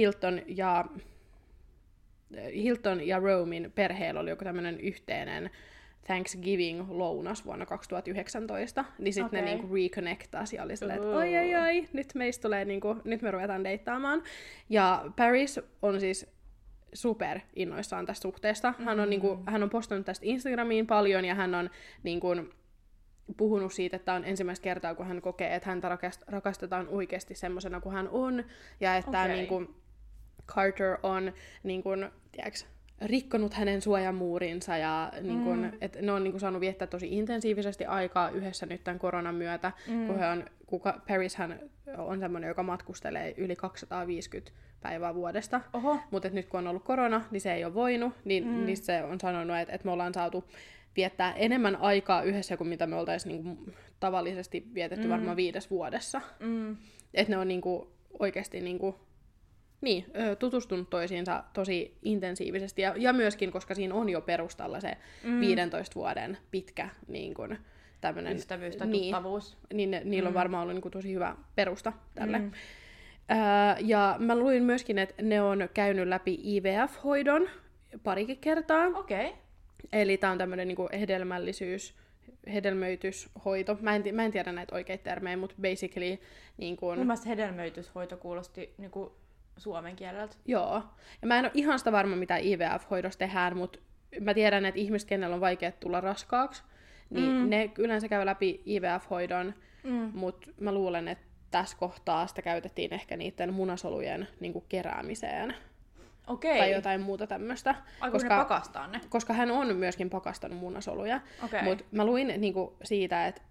Hilton ja Romein perheellä oli joku tämmöinen yhteinen Thanksgiving-lounas vuonna 2019, niin sitten ne niinku reconnectas ja oli silleen, että oi, nyt meistä tulee niinku, nyt me ruvetaan deittaamaan. Ja Paris on siis super innoissaan tästä suhteesta. Hän on postannut tästä Instagramiin paljon ja hän on niinku puhunut siitä, että on ensimmäistä kertaa, kun hän kokee, että häntä rakastetaan oikeasti semmoisena kuin hän on, ja että niinku Carter on niinku, tiedätkö, rikkonut hänen suojamuurinsa ja niin kun, että ne on niin kun saanut viettää tosi intensiivisesti aikaa yhdessä nyt tämän koronan myötä, kun Paris hän on semmoinen, joka matkustelee yli 250 päivää vuodesta, mutta nyt kun on ollut korona, niin se ei ole voinut, niin se on sanonut, että me ollaan saatu viettää enemmän aikaa yhdessä kuin mitä me oltaisiin niin tavallisesti vietetty varmaan 5 vuodessa. Että ne on niin kuin oikeasti tutustunut toisiinsa tosi intensiivisesti. Ja myöskin, koska siinä on jo perustalla se 15 vuoden pitkä niin kuin, tämmönen ystävyys tai tuttavuus. Niin niillä on varmaan ollut niin kuin, tosi hyvä perusta tälle. Ja mä luin myöskin, että ne on käynyt läpi IVF-hoidon parikin kertaa. Okei. Eli tää on tämmönen niin kuin hedelmöityshoito. Mä en tiedä näitä oikeita termejä, mutta basically niin kuin... Mun mielestä hedelmöityshoito kuulosti niin kuin suomen kieleltä. Joo. Ja mä en ole ihan sitä varma, mitä IVF-hoidossa tehdään, mutta mä tiedän, että ihmiset, kenellä on vaikea tulla raskaaksi, niin ne yleensä käy läpi IVF-hoidon, mutta mä luulen, että tässä kohtaa sitä käytettiin ehkä niiden munasolujen niin kuin keräämiseen. Okei. Tai jotain muuta tämmöistä. Koska ne pakastaa ne? Koska hän on myöskin pakastanut munasoluja. Mutta mä luin niinku siitä, että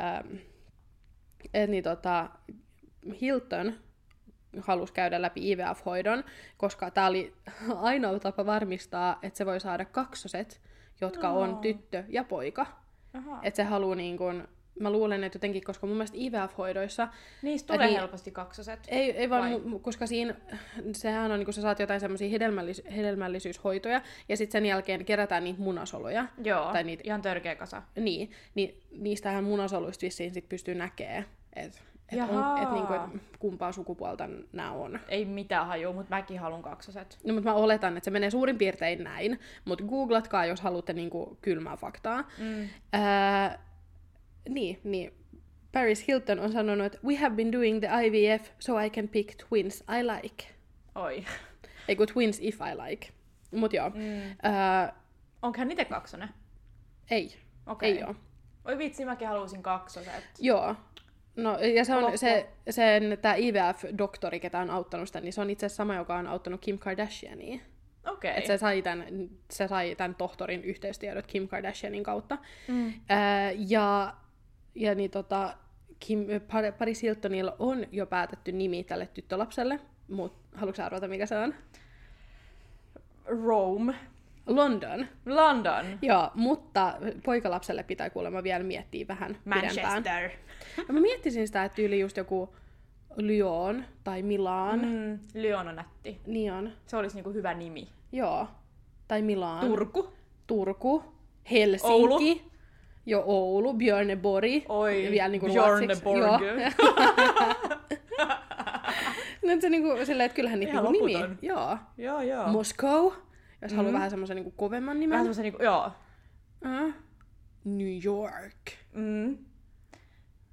Hilton halusi käydä läpi IVF-hoidon, koska tää oli ainoa tapa varmistaa, että se voi saada kaksoset, jotka on tyttö ja poika. Että se haluaa niinku... Mä luulen, että jotenkin, koska mun mielestä IVF-hoidoissa... Niistä tulee helposti kaksoset. Ei vaan, koska siinä, sehän on, niin kun sä saat jotain semmosia hedelmällisyyshoitoja, ja sitten sen jälkeen kerätään niitä munasoluja. Joo, tai niitä... ihan törkeä kasa. Niin niistähän munasoluista vissiin sit pystyy näkemään, että kumpaa sukupuolta nämä on. Ei mitään hajua, mutta mäkin haluan kaksoset. No, mutta mä oletan, että se menee suurin piirtein näin, mutta googlatkaa, jos haluatte niinku kylmää faktaa. Niin. Paris Hilton on sanonut, että we have been doing the IVF so I can pick twins I like. Oi. Eiku twins if I like. Mut joo. Onko hän itse kaksonen? Ei. Okei. Ei oo. Oi vitsi, mäkin haluaisin kaksoset. Joo. No, ja se on tää IVF-doktori, ketä on auttanut sitä, niin se on itse asiassa sama, joka on auttanut Kim Kardashiania. Okei. Että se sai tämän tohtorin yhteystiedot Kim Kardashianin kautta. Ja niin Paris Hiltonilla on jo päätetty nimi tälle tyttölapselle, mutta haluatko arvata, mikä se on? Rome. London. Joo, mutta poikalapselle pitää kuulemma vielä miettiä vähän Manchester. pidempään. Ja mä miettisin sitä, että tyyli just joku Lyon tai Milan. Lyon on nätti. Niin on. Se olisi niinku hyvä nimi. Joo. Tai Milan. Turku. Helsinki. Oulu. Jo Oulu, Björneborg. Oi, vielä niinku Björneborg. No se niinku silleen, että kyllähän niitä niinku nimi. Joo. Moscow, jos haluaa vähän semmoisen niinku kovemman nimen. Vähän semmoisen niinku, joo. New York.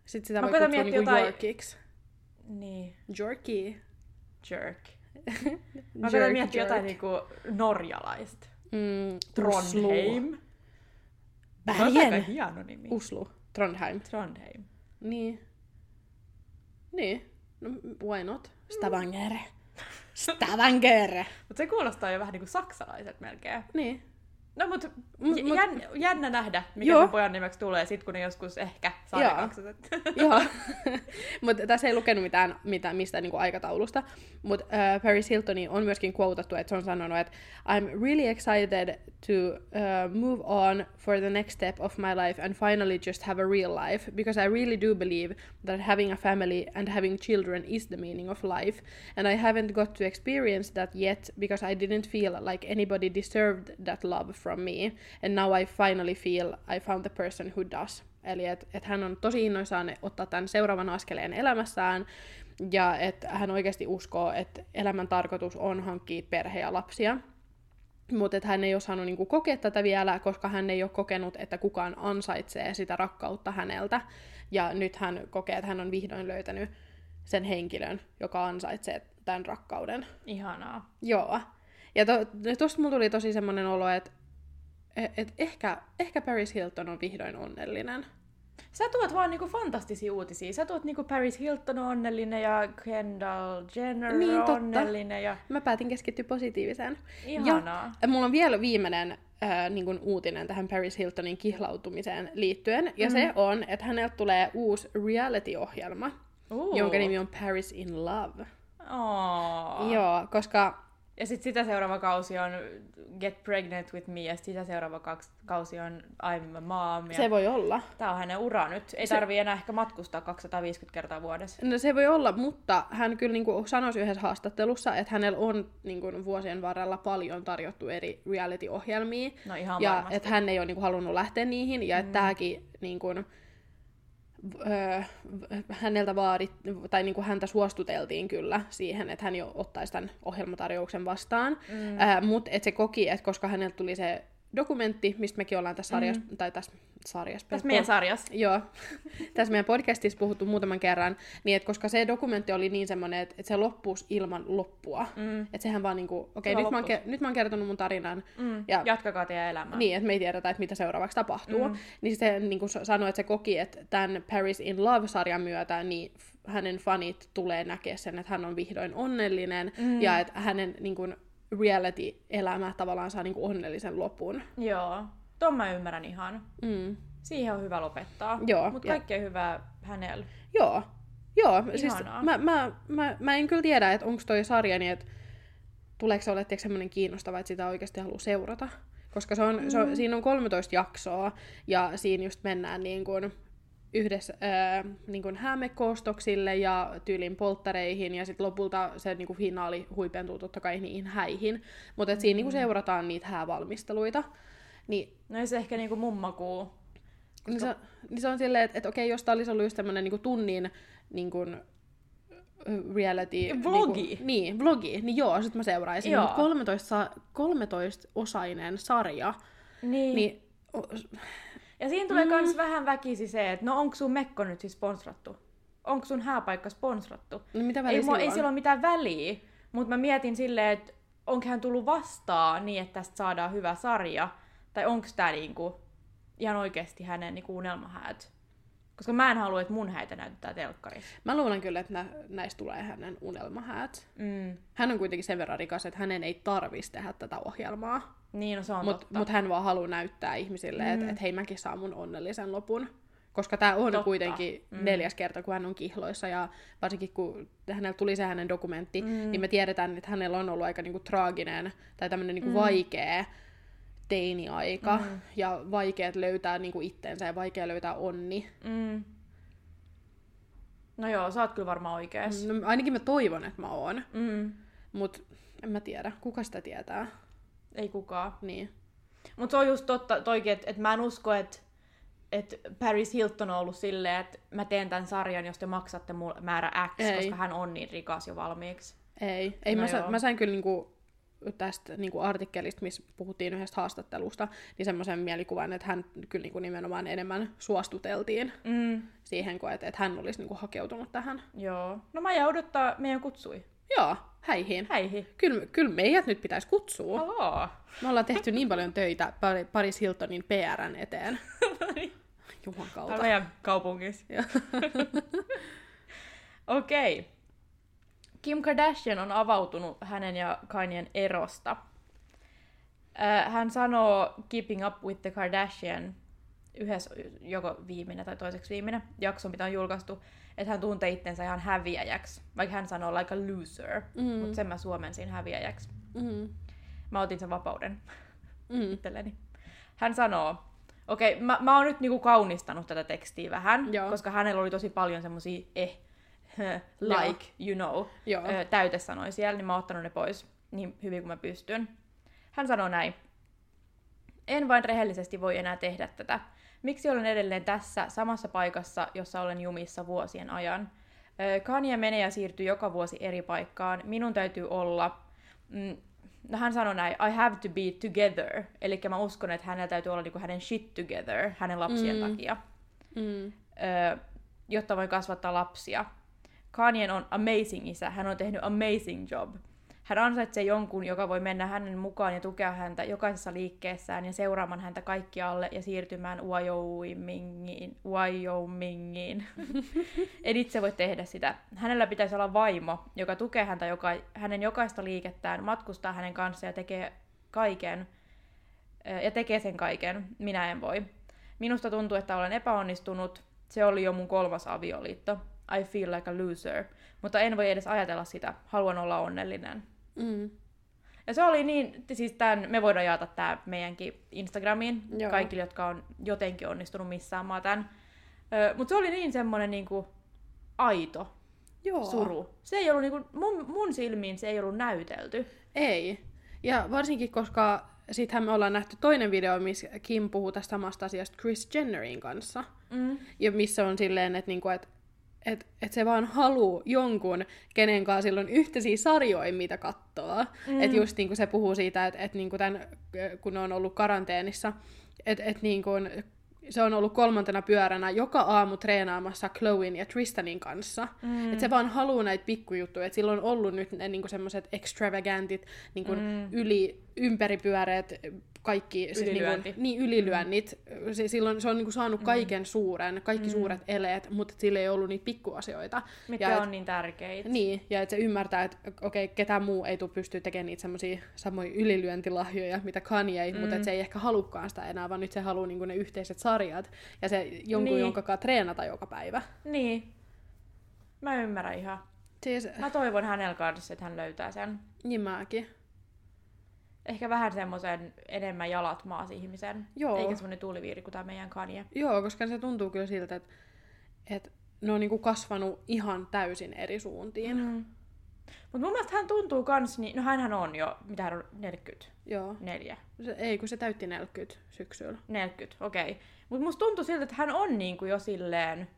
Sitten sitä voi kutsua niinku jotain... Yorkiksi. Niin. Yorkie. Jerk. Mä koitan miettiä jotain niinku norjalaista. Trondheim. Se on aika hieno nimi. Oslo. Trondheim. Niin. No, why not? Stavanger. Mut se kuulostaa jo vähän niinku saksalaiset melkein. Niin. No mut jännä nähdä, mikä sen pojan nimeksi tulee sit, kun ne joskus ehkä saa ne kaksoset. Joo. Mutta tässä ei lukenut mitään mistään niinku aikataulusta. Mutta Paris Hiltonin on myöskin quotattu, että se on sanonut, että I'm really excited to move on for the next step of my life and finally just have a real life. Because I really do believe that having a family and having children is the meaning of life. And I haven't got to experience that yet because I didn't feel like anybody deserved that love from me, and now I finally feel I found the person who does. Eli että hän on tosi innoissaan ottaa tämän seuraavan askeleen elämässään, ja että hän oikeasti uskoo, että elämän tarkoitus on hankkia perhe ja lapsia. Mutta hän ei ole saanut niinku kokea tätä vielä, koska hän ei ole kokenut, että kukaan ansaitsee sitä rakkautta häneltä. Ja nyt hän kokee, että hän on vihdoin löytänyt sen henkilön, joka ansaitsee tämän rakkauden. Ihanaa. Joo. Ja tosta mulla tuli tosi semmoinen olo, että ehkä Paris Hilton on vihdoin onnellinen. Sä tuot vaan niinku fantastisia uutisia. Sä tuot niinku Paris Hilton on onnellinen ja Kendall Jenner niin, totta. onnellinen. Ja... Mä päätin keskittyä positiiviseen. Ihanaa. Ja mulla on vielä viimeinen niin uutinen tähän Paris Hiltonin kihlautumiseen liittyen. Ja se on, että häneltä tulee uusi reality-ohjelma, jonka nimi on Paris in Love. Joo, koska... Ja sitten sitä seuraava kausi on Get Pregnant with Me, ja sitä seuraava kausi on I'm a Mom. Se voi olla. Tää on hänen ura nyt. Ei tarvii enää ehkä matkustaa 250 kertaa vuodessa. No se voi olla, mutta hän kyllä niinku sanoi yhdessä haastattelussa, että hänellä on niinku vuosien varrella paljon tarjottu eri reality-ohjelmia. No ihan ja varmasti. että hän ei ole niinku halunnut lähteä niihin, ja että tämäkin... Niinku, häneltä tai niinku häntä suostuteltiin kyllä siihen, että hän jo ottaisi tämän ohjelmatarjouksen vastaan, mutta se koki, että koska häneltä tuli se dokumentti, mistä mekin ollaan tässä sarjassa, tai tässä meidän sarjassa. Joo, tässä meidän podcastissa puhuttu muutaman kerran, niin että koska se dokumentti oli niin semmoinen, että se loppuisi ilman loppua. Että sehän vaan niinku, okei, nyt mä oon kertonut mun tarinan. Ja jatkakaa teidän elämää. Niin, että me ei tiedetä, että mitä seuraavaksi tapahtuu. Niin se niinku sanoi, että se koki, että tämän Paris in Love-sarjan myötä niin hänen fanit tulee näkemään sen, että hän on vihdoin onnellinen, ja että hänen niinku reality-elämä tavallaan saa niinku onnellisen lopun. Joo, ton mä ymmärrän ihan. Siihen on hyvä lopettaa. Mutta kaikkea hyvää hänellä. Joo, siis mä en kyllä tiedä, että onko toi sarja niin, että tuleeko se olemaan semmoinen kiinnostava, että sitä oikeasti haluaa seurata. Koska siinä on 13 jaksoa, ja siinä just mennään niin kuin yhdessä niin häämekoostoksille ja tyylin polttareihin, ja sitten lopulta se niin kuin finaali huipentuu totta kai niihin häihin. Mutta siinä niin kuin seurataan niitä häävalmisteluita. Niin, no ei se ehkä niin kuin mun makuu. Koska... Niin se on silleen, että okei, jos tää olisi ollut just tämmönen niin kuin tunnin niin kuin reality... Vlogi. Vlogi. Niin joo, sit mä seuraisin. Joo. 13-osainen sarja. Niin. Ja siinä tulee kans vähän väkisi se, että no onko sun mekko nyt siis sponsrattu? Onko sun hääpaikka sponsrattu? No mitä väliä silloin? Ei sillä ole mitään väliä, mutta mä mietin silleen, että onko hän tullut vastaan niin, että tästä saadaan hyvä sarja, tai onko tää niinku ihan oikeesti hänen niinku unelmahäät? Koska mä en halua, että mun häitä näyttää telkkarissa. Mä luulen kyllä, että näistä tulee hänen unelmahäät. Hän on kuitenkin sen verran rikas, että hänen ei tarvitsisi tehdä tätä ohjelmaa. Niin, no se on totta. Mutta hän vaan haluaa näyttää ihmisille, että hei, mäkin saan mun onnellisen lopun. Koska tää on kuitenkin 4. kerta, kun hän on kihloissa, ja varsinkin kun hänellä tuli se hänen dokumentti, niin me tiedetään, että hänellä on ollut aika niinku traaginen tai tämmönen niinku vaikea teini-aika, ja vaikea löytää niinku itsensä ja vaikea löytää onni. No joo, sä oot kyllä varmaan oikees. No, ainakin mä toivon, että mä oon. Mut en mä tiedä. Kuka sitä tietää? Ei kukaan. Niin. Mut se on just totta toikin, että mä en usko, että Paris Hilton on ollut silleen, että mä teen tämän sarjan, jos te maksatte mulle määrä X, koska hän on niin rikas jo valmiiksi. Ei, mä sain kyllä niinku tästä niin kuin artikkelista, missä puhuttiin yhdestä haastattelusta, niin semmoisen mielikuvan, että hän kyllä niin kuin nimenomaan enemmän suostuteltiin siihen, että hän olisi niin kuin hakeutunut tähän. Joo. No mä jää odottaa meidän kutsui. Joo, häihin. Häihin. Kyllä meidät nyt pitäisi kutsua. Haloo. Me ollaan tehty niin paljon töitä Paris Hiltonin PR:n eteen. Juman kautta. Täällä meidän kaupungissa. Okei. Kim Kardashian on avautunut hänen ja Kanyen erosta. Hän sanoo Keeping Up with the Kardashian yhdessä joko viimeinen tai toiseksi viimeinen jakso, mitä on julkaistu, että hän tuntee itsensä ihan häviäjäksi. Vaikka hän sanoo like a loser, mutta sen mä suomensin häviäjäksi. Mä otin sen vapauden itselleni. Hän sanoo, okei, mä oon nyt niinku kaunistanut tätä tekstiä vähän, koska hänellä oli tosi paljon semmosia like, you know, täytesanoja siellä, niin mä oon ottanut ne pois niin hyvin kuin mä pystyn. Hän sanoo näin. En vain rehellisesti voi enää tehdä tätä. Miksi olen edelleen tässä samassa paikassa, jossa olen jumissa vuosien ajan? Kanye menee ja siirtyy joka vuosi eri paikkaan. Minun täytyy olla... No hän sanoi näin, I have to be together. Eli mä uskon, että hänellä täytyy olla niinku hänen shit together, hänen lapsien takia. Jotta voi kasvattaa lapsia. Kanye on amazing isä, hän on tehnyt amazing job. Hän ansaitsee jonkun, joka voi mennä hänen mukaan ja tukea häntä jokaisessa liikkeessään ja seuraamaan häntä kaikkialle ja siirtymään Wyomingiin. En itse voi tehdä sitä. Hänellä pitäisi olla vaimo, joka tukee häntä hänen jokaista liikettään, matkustaa hänen kanssaan ja tekee sen kaiken. Minä en voi. Minusta tuntuu, että olen epäonnistunut. Se oli jo mun 3. avioliitto. I feel like a loser. Mutta en voi edes ajatella sitä. Haluan olla onnellinen. Ja se oli niin, siis me voidaan jaata tää meidänkin Instagramiin, kaikille, jotka on jotenkin onnistunut missaamaan tän. Mutta se oli niin semmonen niinku aito suru. Se ei ollut niinku, mun silmiin se ei ollut näytelty. Ei. Ja varsinkin, koska sittenhän me ollaan nähty toinen video, missä Kim puhuu tästä samasta asiasta Kris Jennerin kanssa. Ja missä on silleen, että niinku, et se vaan haluu jonkun, kenen kanssa silloin yhteisiä sarjoja, mitä kattoo. Että just niinku se puhuu siitä, että niinku kun ne on ollut karanteenissa, että niinku, se on ollut 3. pyöränä joka aamu treenaamassa Khloen ja Tristanin kanssa. Että se vaan haluu näitä pikkujuttuja. Että sillä on ollut nyt ne niinku semmoiset extravagantit, niinku ympäripyöreät, kaikki ylilyönnit. Silloin se on niinku saanut kaiken suuren, kaikki suuret eleet, mutta sillä ei ollut niitä pikkuasioita. Mitkä on niin tärkeitä. Niin, ja että se ymmärtää, että okei, ketään muu ei tule pystyä tekemään niitä semmoisia samoja ylilyöntilahjoja, mitä Kanye, mutta että se ei ehkä halukkaan sitä enää, vaan nyt se haluaa niinku ne yhteiset sarjat ja se jonkun, jonka kanssa treenata joka päivä. Niin. Mä ymmärrän ihan. Siis... Mä toivon hänellä kanssa, että hän löytää sen. Niin mäkin. Ehkä vähän semmoisen enemmän jalat maas ihmisen, eikä semmoinen tuuliviiri kuin tämä meidän Kanye. Joo, koska se tuntuu kyllä siltä, että ne on niinku kasvanut ihan täysin eri suuntiin. Mutta mun mielestä hän tuntuu kans, no hänhän on jo, mitä hän on, 40? Joo. 4. Ei, kun se täytti 40 syksyllä. 40, okei. Mutta musta tuntuu siltä, että hän on niinku jo silleen,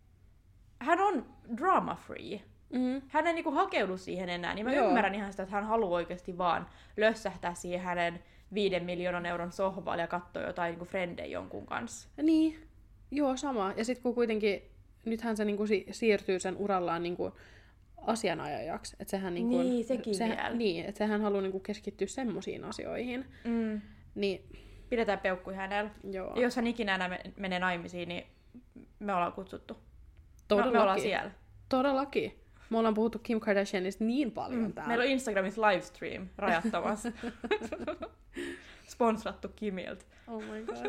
hän on drama free. Hän ei niinku hakeudu siihen enää, niin mä ymmärrän ihan sitä, että hän haluaa oikeasti vaan lössähtää siihen hänen 5 miljoonan euron sohvalle ja katsoa jotain niinku frendejä jonkun kanssa. Niin, joo sama. Ja sit kun kuitenkin, nythän se niinku siirtyy sen urallaan niinku asianajajaksi. Että sehän niinku, niin, sekin vielä. Niin, että sehän haluaa niinku keskittyä semmosiin asioihin. Niin. Pidetään peukkui hänellä. Joo. Ja jos hän ikinä enää menee naimisiin, niin me ollaan kutsuttu. Todellakin. Me ollaan siellä. Todellakin. Me ollaan puhuttu Kim Kardashianista niin paljon täällä. Meillä on Instagramissa livestream rajattomassa. Sponsrattu Kimiltä. Oh my god.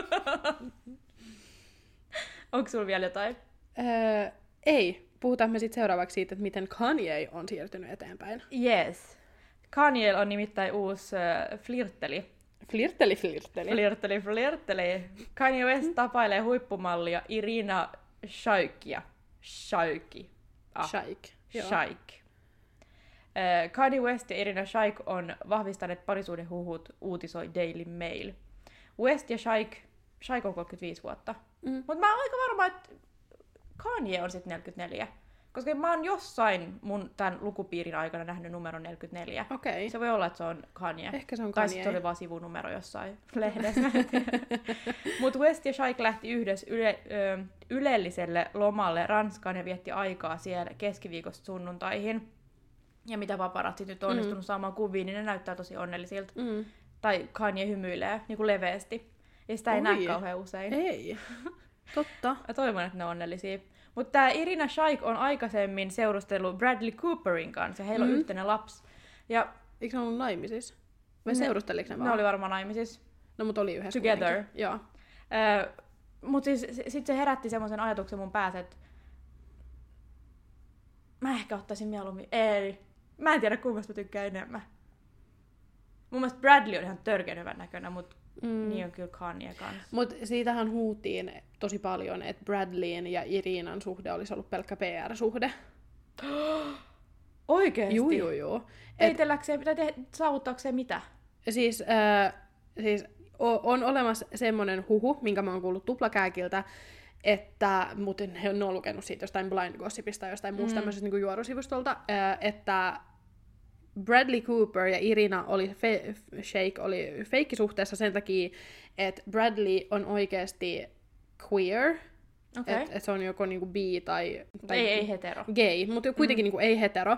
Onko sulla vielä jotain? Ei. Puhutaan me sitten seuraavaksi siitä, että miten Kanye on siirtynyt eteenpäin. Yes. Kanye on nimittäin uusi flirtteli. Flirtteli. Kanye West tapailee huippumallia Irina Shaykia. Shayk. Kanye West ja Irina Shayk on vahvistaneet parisuhdehuhut, uutisoi Daily Mail. West ja Shayk on 35 vuotta. Mutta mä oon aika varma, että Kanye on sitten 44. Koska mä oon jossain mun tämän lukupiirin aikana nähnyt numero 44. Okei. Se voi olla, että se on Kanye. Ehkä se on Tai Kanye. sitten se oli vaan sivunumero jossain lehdessä. Mutta West ja Shayk lähti yhdessä ylelliselle lomalle Ranskaan ja vietti aikaa siellä keskiviikosta sunnuntaihin. Ja mitä paparazzi nyt on onnistunut saamaan kuviin, niin ne näyttää tosi onnellisilta. Tai Kanye hymyilee niin kuin leveästi. Ja sitä ei näe kauhean usein. Ei. Totta. Mä toivon, että ne on onnellisia. Mutta tää Irina Shayk on aikaisemmin seurustellut Bradley Cooperin kanssa ja heillä on yhteinen lapsi. Ja eikö ne ollut naimisissa? Vai seurusteliko ne vaan? Ne oli varmaan naimisissa. No mut oli yhdessä Together. kuitenkin. Joo. Mut siis sit se herätti semmoisen ajatuksen mun päässä, että mä ehkä ottaisin mieluummin. Ei. Mä en tiedä kummasta mä tykkään enemmän. Mun mielestä Bradley on ihan törkeän hyvän näköinen, mut niin on kyllä Kanye kanssa. Mut siitähän huutiin tosi paljon, että Bradleyn ja Irinan suhde olisi ollut pelkkä PR-suhde. Oikeesti? Juu. Peitelläkseen, saavuttaakseen mitä? Siis on olemassa semmonen huhu, minkä mä oon kuullut Tuplakääkiltä, että, mutta he on lukenut siitä jostain Blind Gossipista, jostain muusta tämmöisestä niin juorusivustolta, että Bradley Cooper ja Irina Shayk oli feikkisuhteessa sen takia, että Bradley on oikeasti queer, että se on joko niinku bi tai ei hetero. Gay, mutta kuitenkin niinku ei hetero.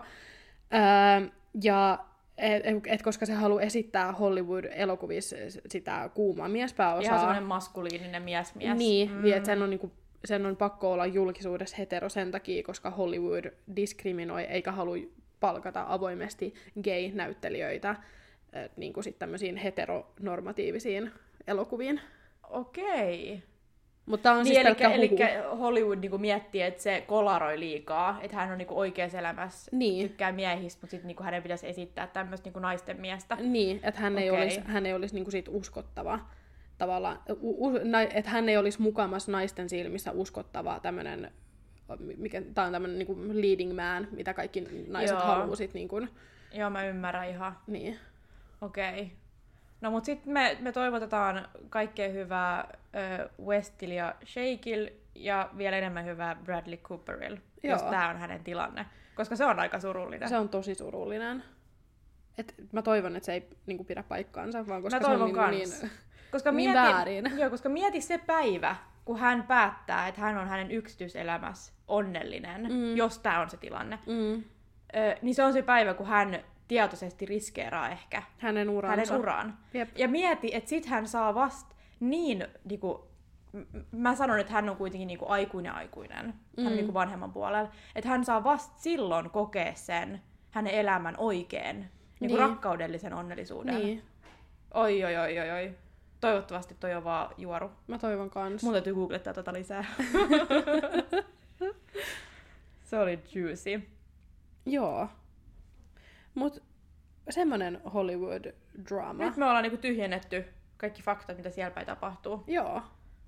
Ja koska se haluaa esittää Hollywood-elokuvissa sitä kuumaa miespääosaa. Ihan semmoinen maskuliininen mies. Niin, että sen on pakko olla julkisuudessa hetero sen takia, koska Hollywood diskriminoi eikä halua palkata avoimesti gay-näyttelijöitä niin kuin sitten tämmöisiin heteronormatiivisiin elokuviin. Okei. Mutta on siis pelkkä huhu. Eli Hollywood niinku miettii, että se kolaroi liikaa, että hän on niinku oikeassa elämässä, tykkää miehistä, mutta sitten niinku hänen pitäisi esittää tämmöistä niinku naisten miestä. Niin, että hän ei olisi niinku siitä uskottava tavallaan, että hän ei olisi mukamassa naisten silmissä uskottava tämmöinen, tämä on tämmöinen niinku leading man, mitä kaikki naiset haluaa sit niinku. Joo, mä ymmärrän ihan. Niin. Okei. No mut sit me toivotetaan kaikkea hyvää Westille ja Shaykille ja vielä enemmän hyvää Bradley Cooperille, jos tää on hänen tilanne. Koska se on aika surullinen. Se on tosi surullinen. Mä toivon, että se ei niinku pidä paikkaansa, vaan koska mä toivon se on niin väärin. Joo, koska mieti se päivä, kun hän päättää, että hän on hänen yksityiselämässä onnellinen, jos tää on se tilanne. Niin se on se päivä, kun hän tietoisesti riskeeraa ehkä hänen uran. Ja mieti, että sit hän saa vasta niin, niinku, mä sanon, että hän on kuitenkin niinku aikuinen. Hän on niinku vanhemman puolella. Että hän saa vasta silloin kokea sen hänen elämän oikein, niinku rakkaudellisen onnellisuuden. Niin. Oi. Toivottavasti toi on vaan juoru. Mä toivon kans. Mun täytyy googlettaa tätä lisää. Se oli juicy. Joo. Mut semmonen Hollywood-drama. Nyt me ollaan niinku tyhjennetty kaikki faktat, mitä siellä päin tapahtuu. Joo.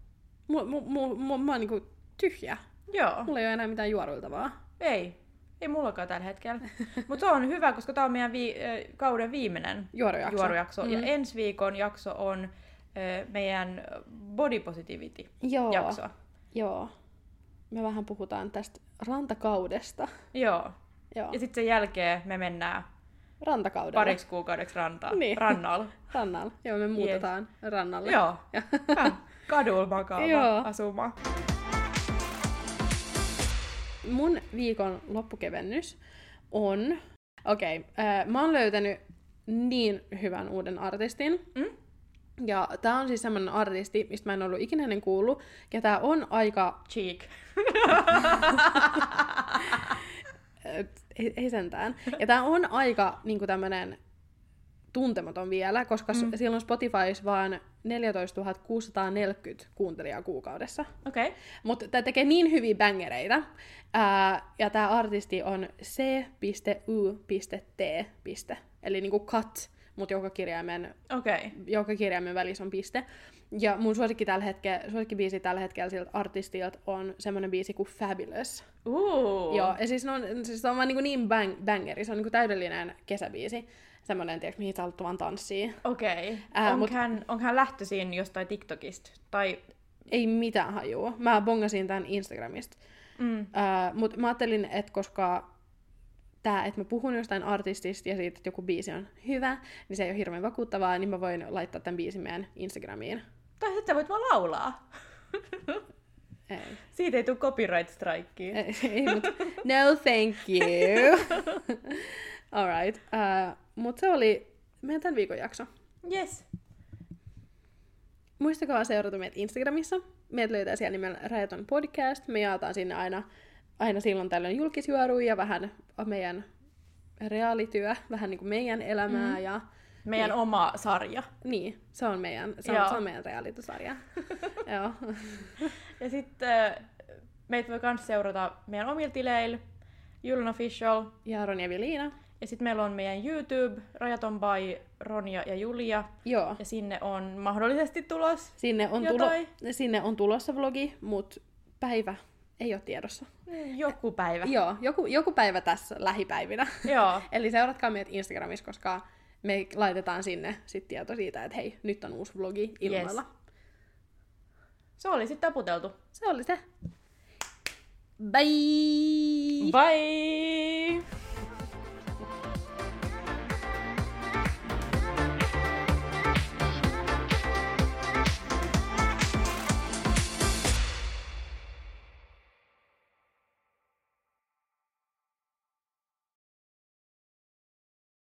Mä oon niinku tyhjä. Joo. Mulla ei ole enää mitään juoruiltavaa. Ei mullakaan tällä hetkellä. Mutta se on hyvä, koska tää on meidän kauden viimeinen juorujakso. Ja ensi viikon jakso on meidän body positivity jakso. Joo. Me vähän puhutaan tästä rantakaudesta. Joo. Ja sitten sen jälkeen me mennään rantakaudelle. Pariksi kuukaudeksi rantaan. Niin. Rannalla. Rannalla. Joo, me muutetaan rannalle. Joo. Kadulla makaava asuma. Mun viikon loppukevennys on... mä oon löytänyt niin hyvän uuden artistin. Ja tää on siis semmonen artisti, mistä mä en ollut ikinä ennen kuullut. Ja tää on aika... Cheek. ei sentään. Ja tää on aika niinku tämmönen tuntematon vielä, koska silloin Spotifys vaan 14 640 kuuntelijaa kuukaudessa. Okei. Mutta tää tekee niin hyviä bangereita. Ja tää artisti on c.u.t. Eli niinku cut, mutta joka kirjaimen välissä on piste. Ja mun suosikkibiisi tällä hetkellä siltä artistilta on semmonen biisi kuin Fabulous. Joo, ja siis se on vaan niin bangeri, se on niin täydellinen kesäbiisi. Semmonen, tiiäks, mihin sä haluat vaan tanssii. Okei. Onko hän lähtöisin jostain TikTokista? Tai... Ei mitään hajua. Mä bongasin tän Instagramista. Mutta mä ajattelin, että koska että mä puhun jostain artistista ja siitä, että joku biisi on hyvä, niin se ei ole hirveän vakuuttavaa, niin mä voin laittaa tämän biisin meidän Instagramiin. Tai sitten sä voit vaan laulaa. Ei. Siitä ei tule copyright strikea. Ei, mutta no thank you. Alright. Mutta se oli meidän tämän viikon jakso. Yes. Muistakaa seurata meitä Instagramissa. Meitä löytää siellä nimellä Rajaton Podcast. Me jaetaan sinne aina silloin tällöin julkisjuoruja ja vähän meidän reaalityö, vähän niin kuin meidän elämää. Ja meidän oma sarja. Niin, se on meidän realitysarja. Joo. Ja sitten meitä voi myös seurata meidän omilla tileillä, Julun Official. Ja Ronja ja Liina. Ja sitten meillä on meidän YouTube, Rajaton by Ronja ja Julia. Joo. Ja sinne on mahdollisesti tulos sinne on tulossa vlogi, mutta päivä ei ole tiedossa. Joku päivä. Joo, joku päivä tässä lähipäivinä. Joo. Eli seuratkaa meidät Instagramissa, koska me laitetaan sinne sit tieto siitä, että hei, nyt on uusi vlogi ilmoilla. Yes. Se oli sitten taputeltu. Se oli se. Bye! Bye!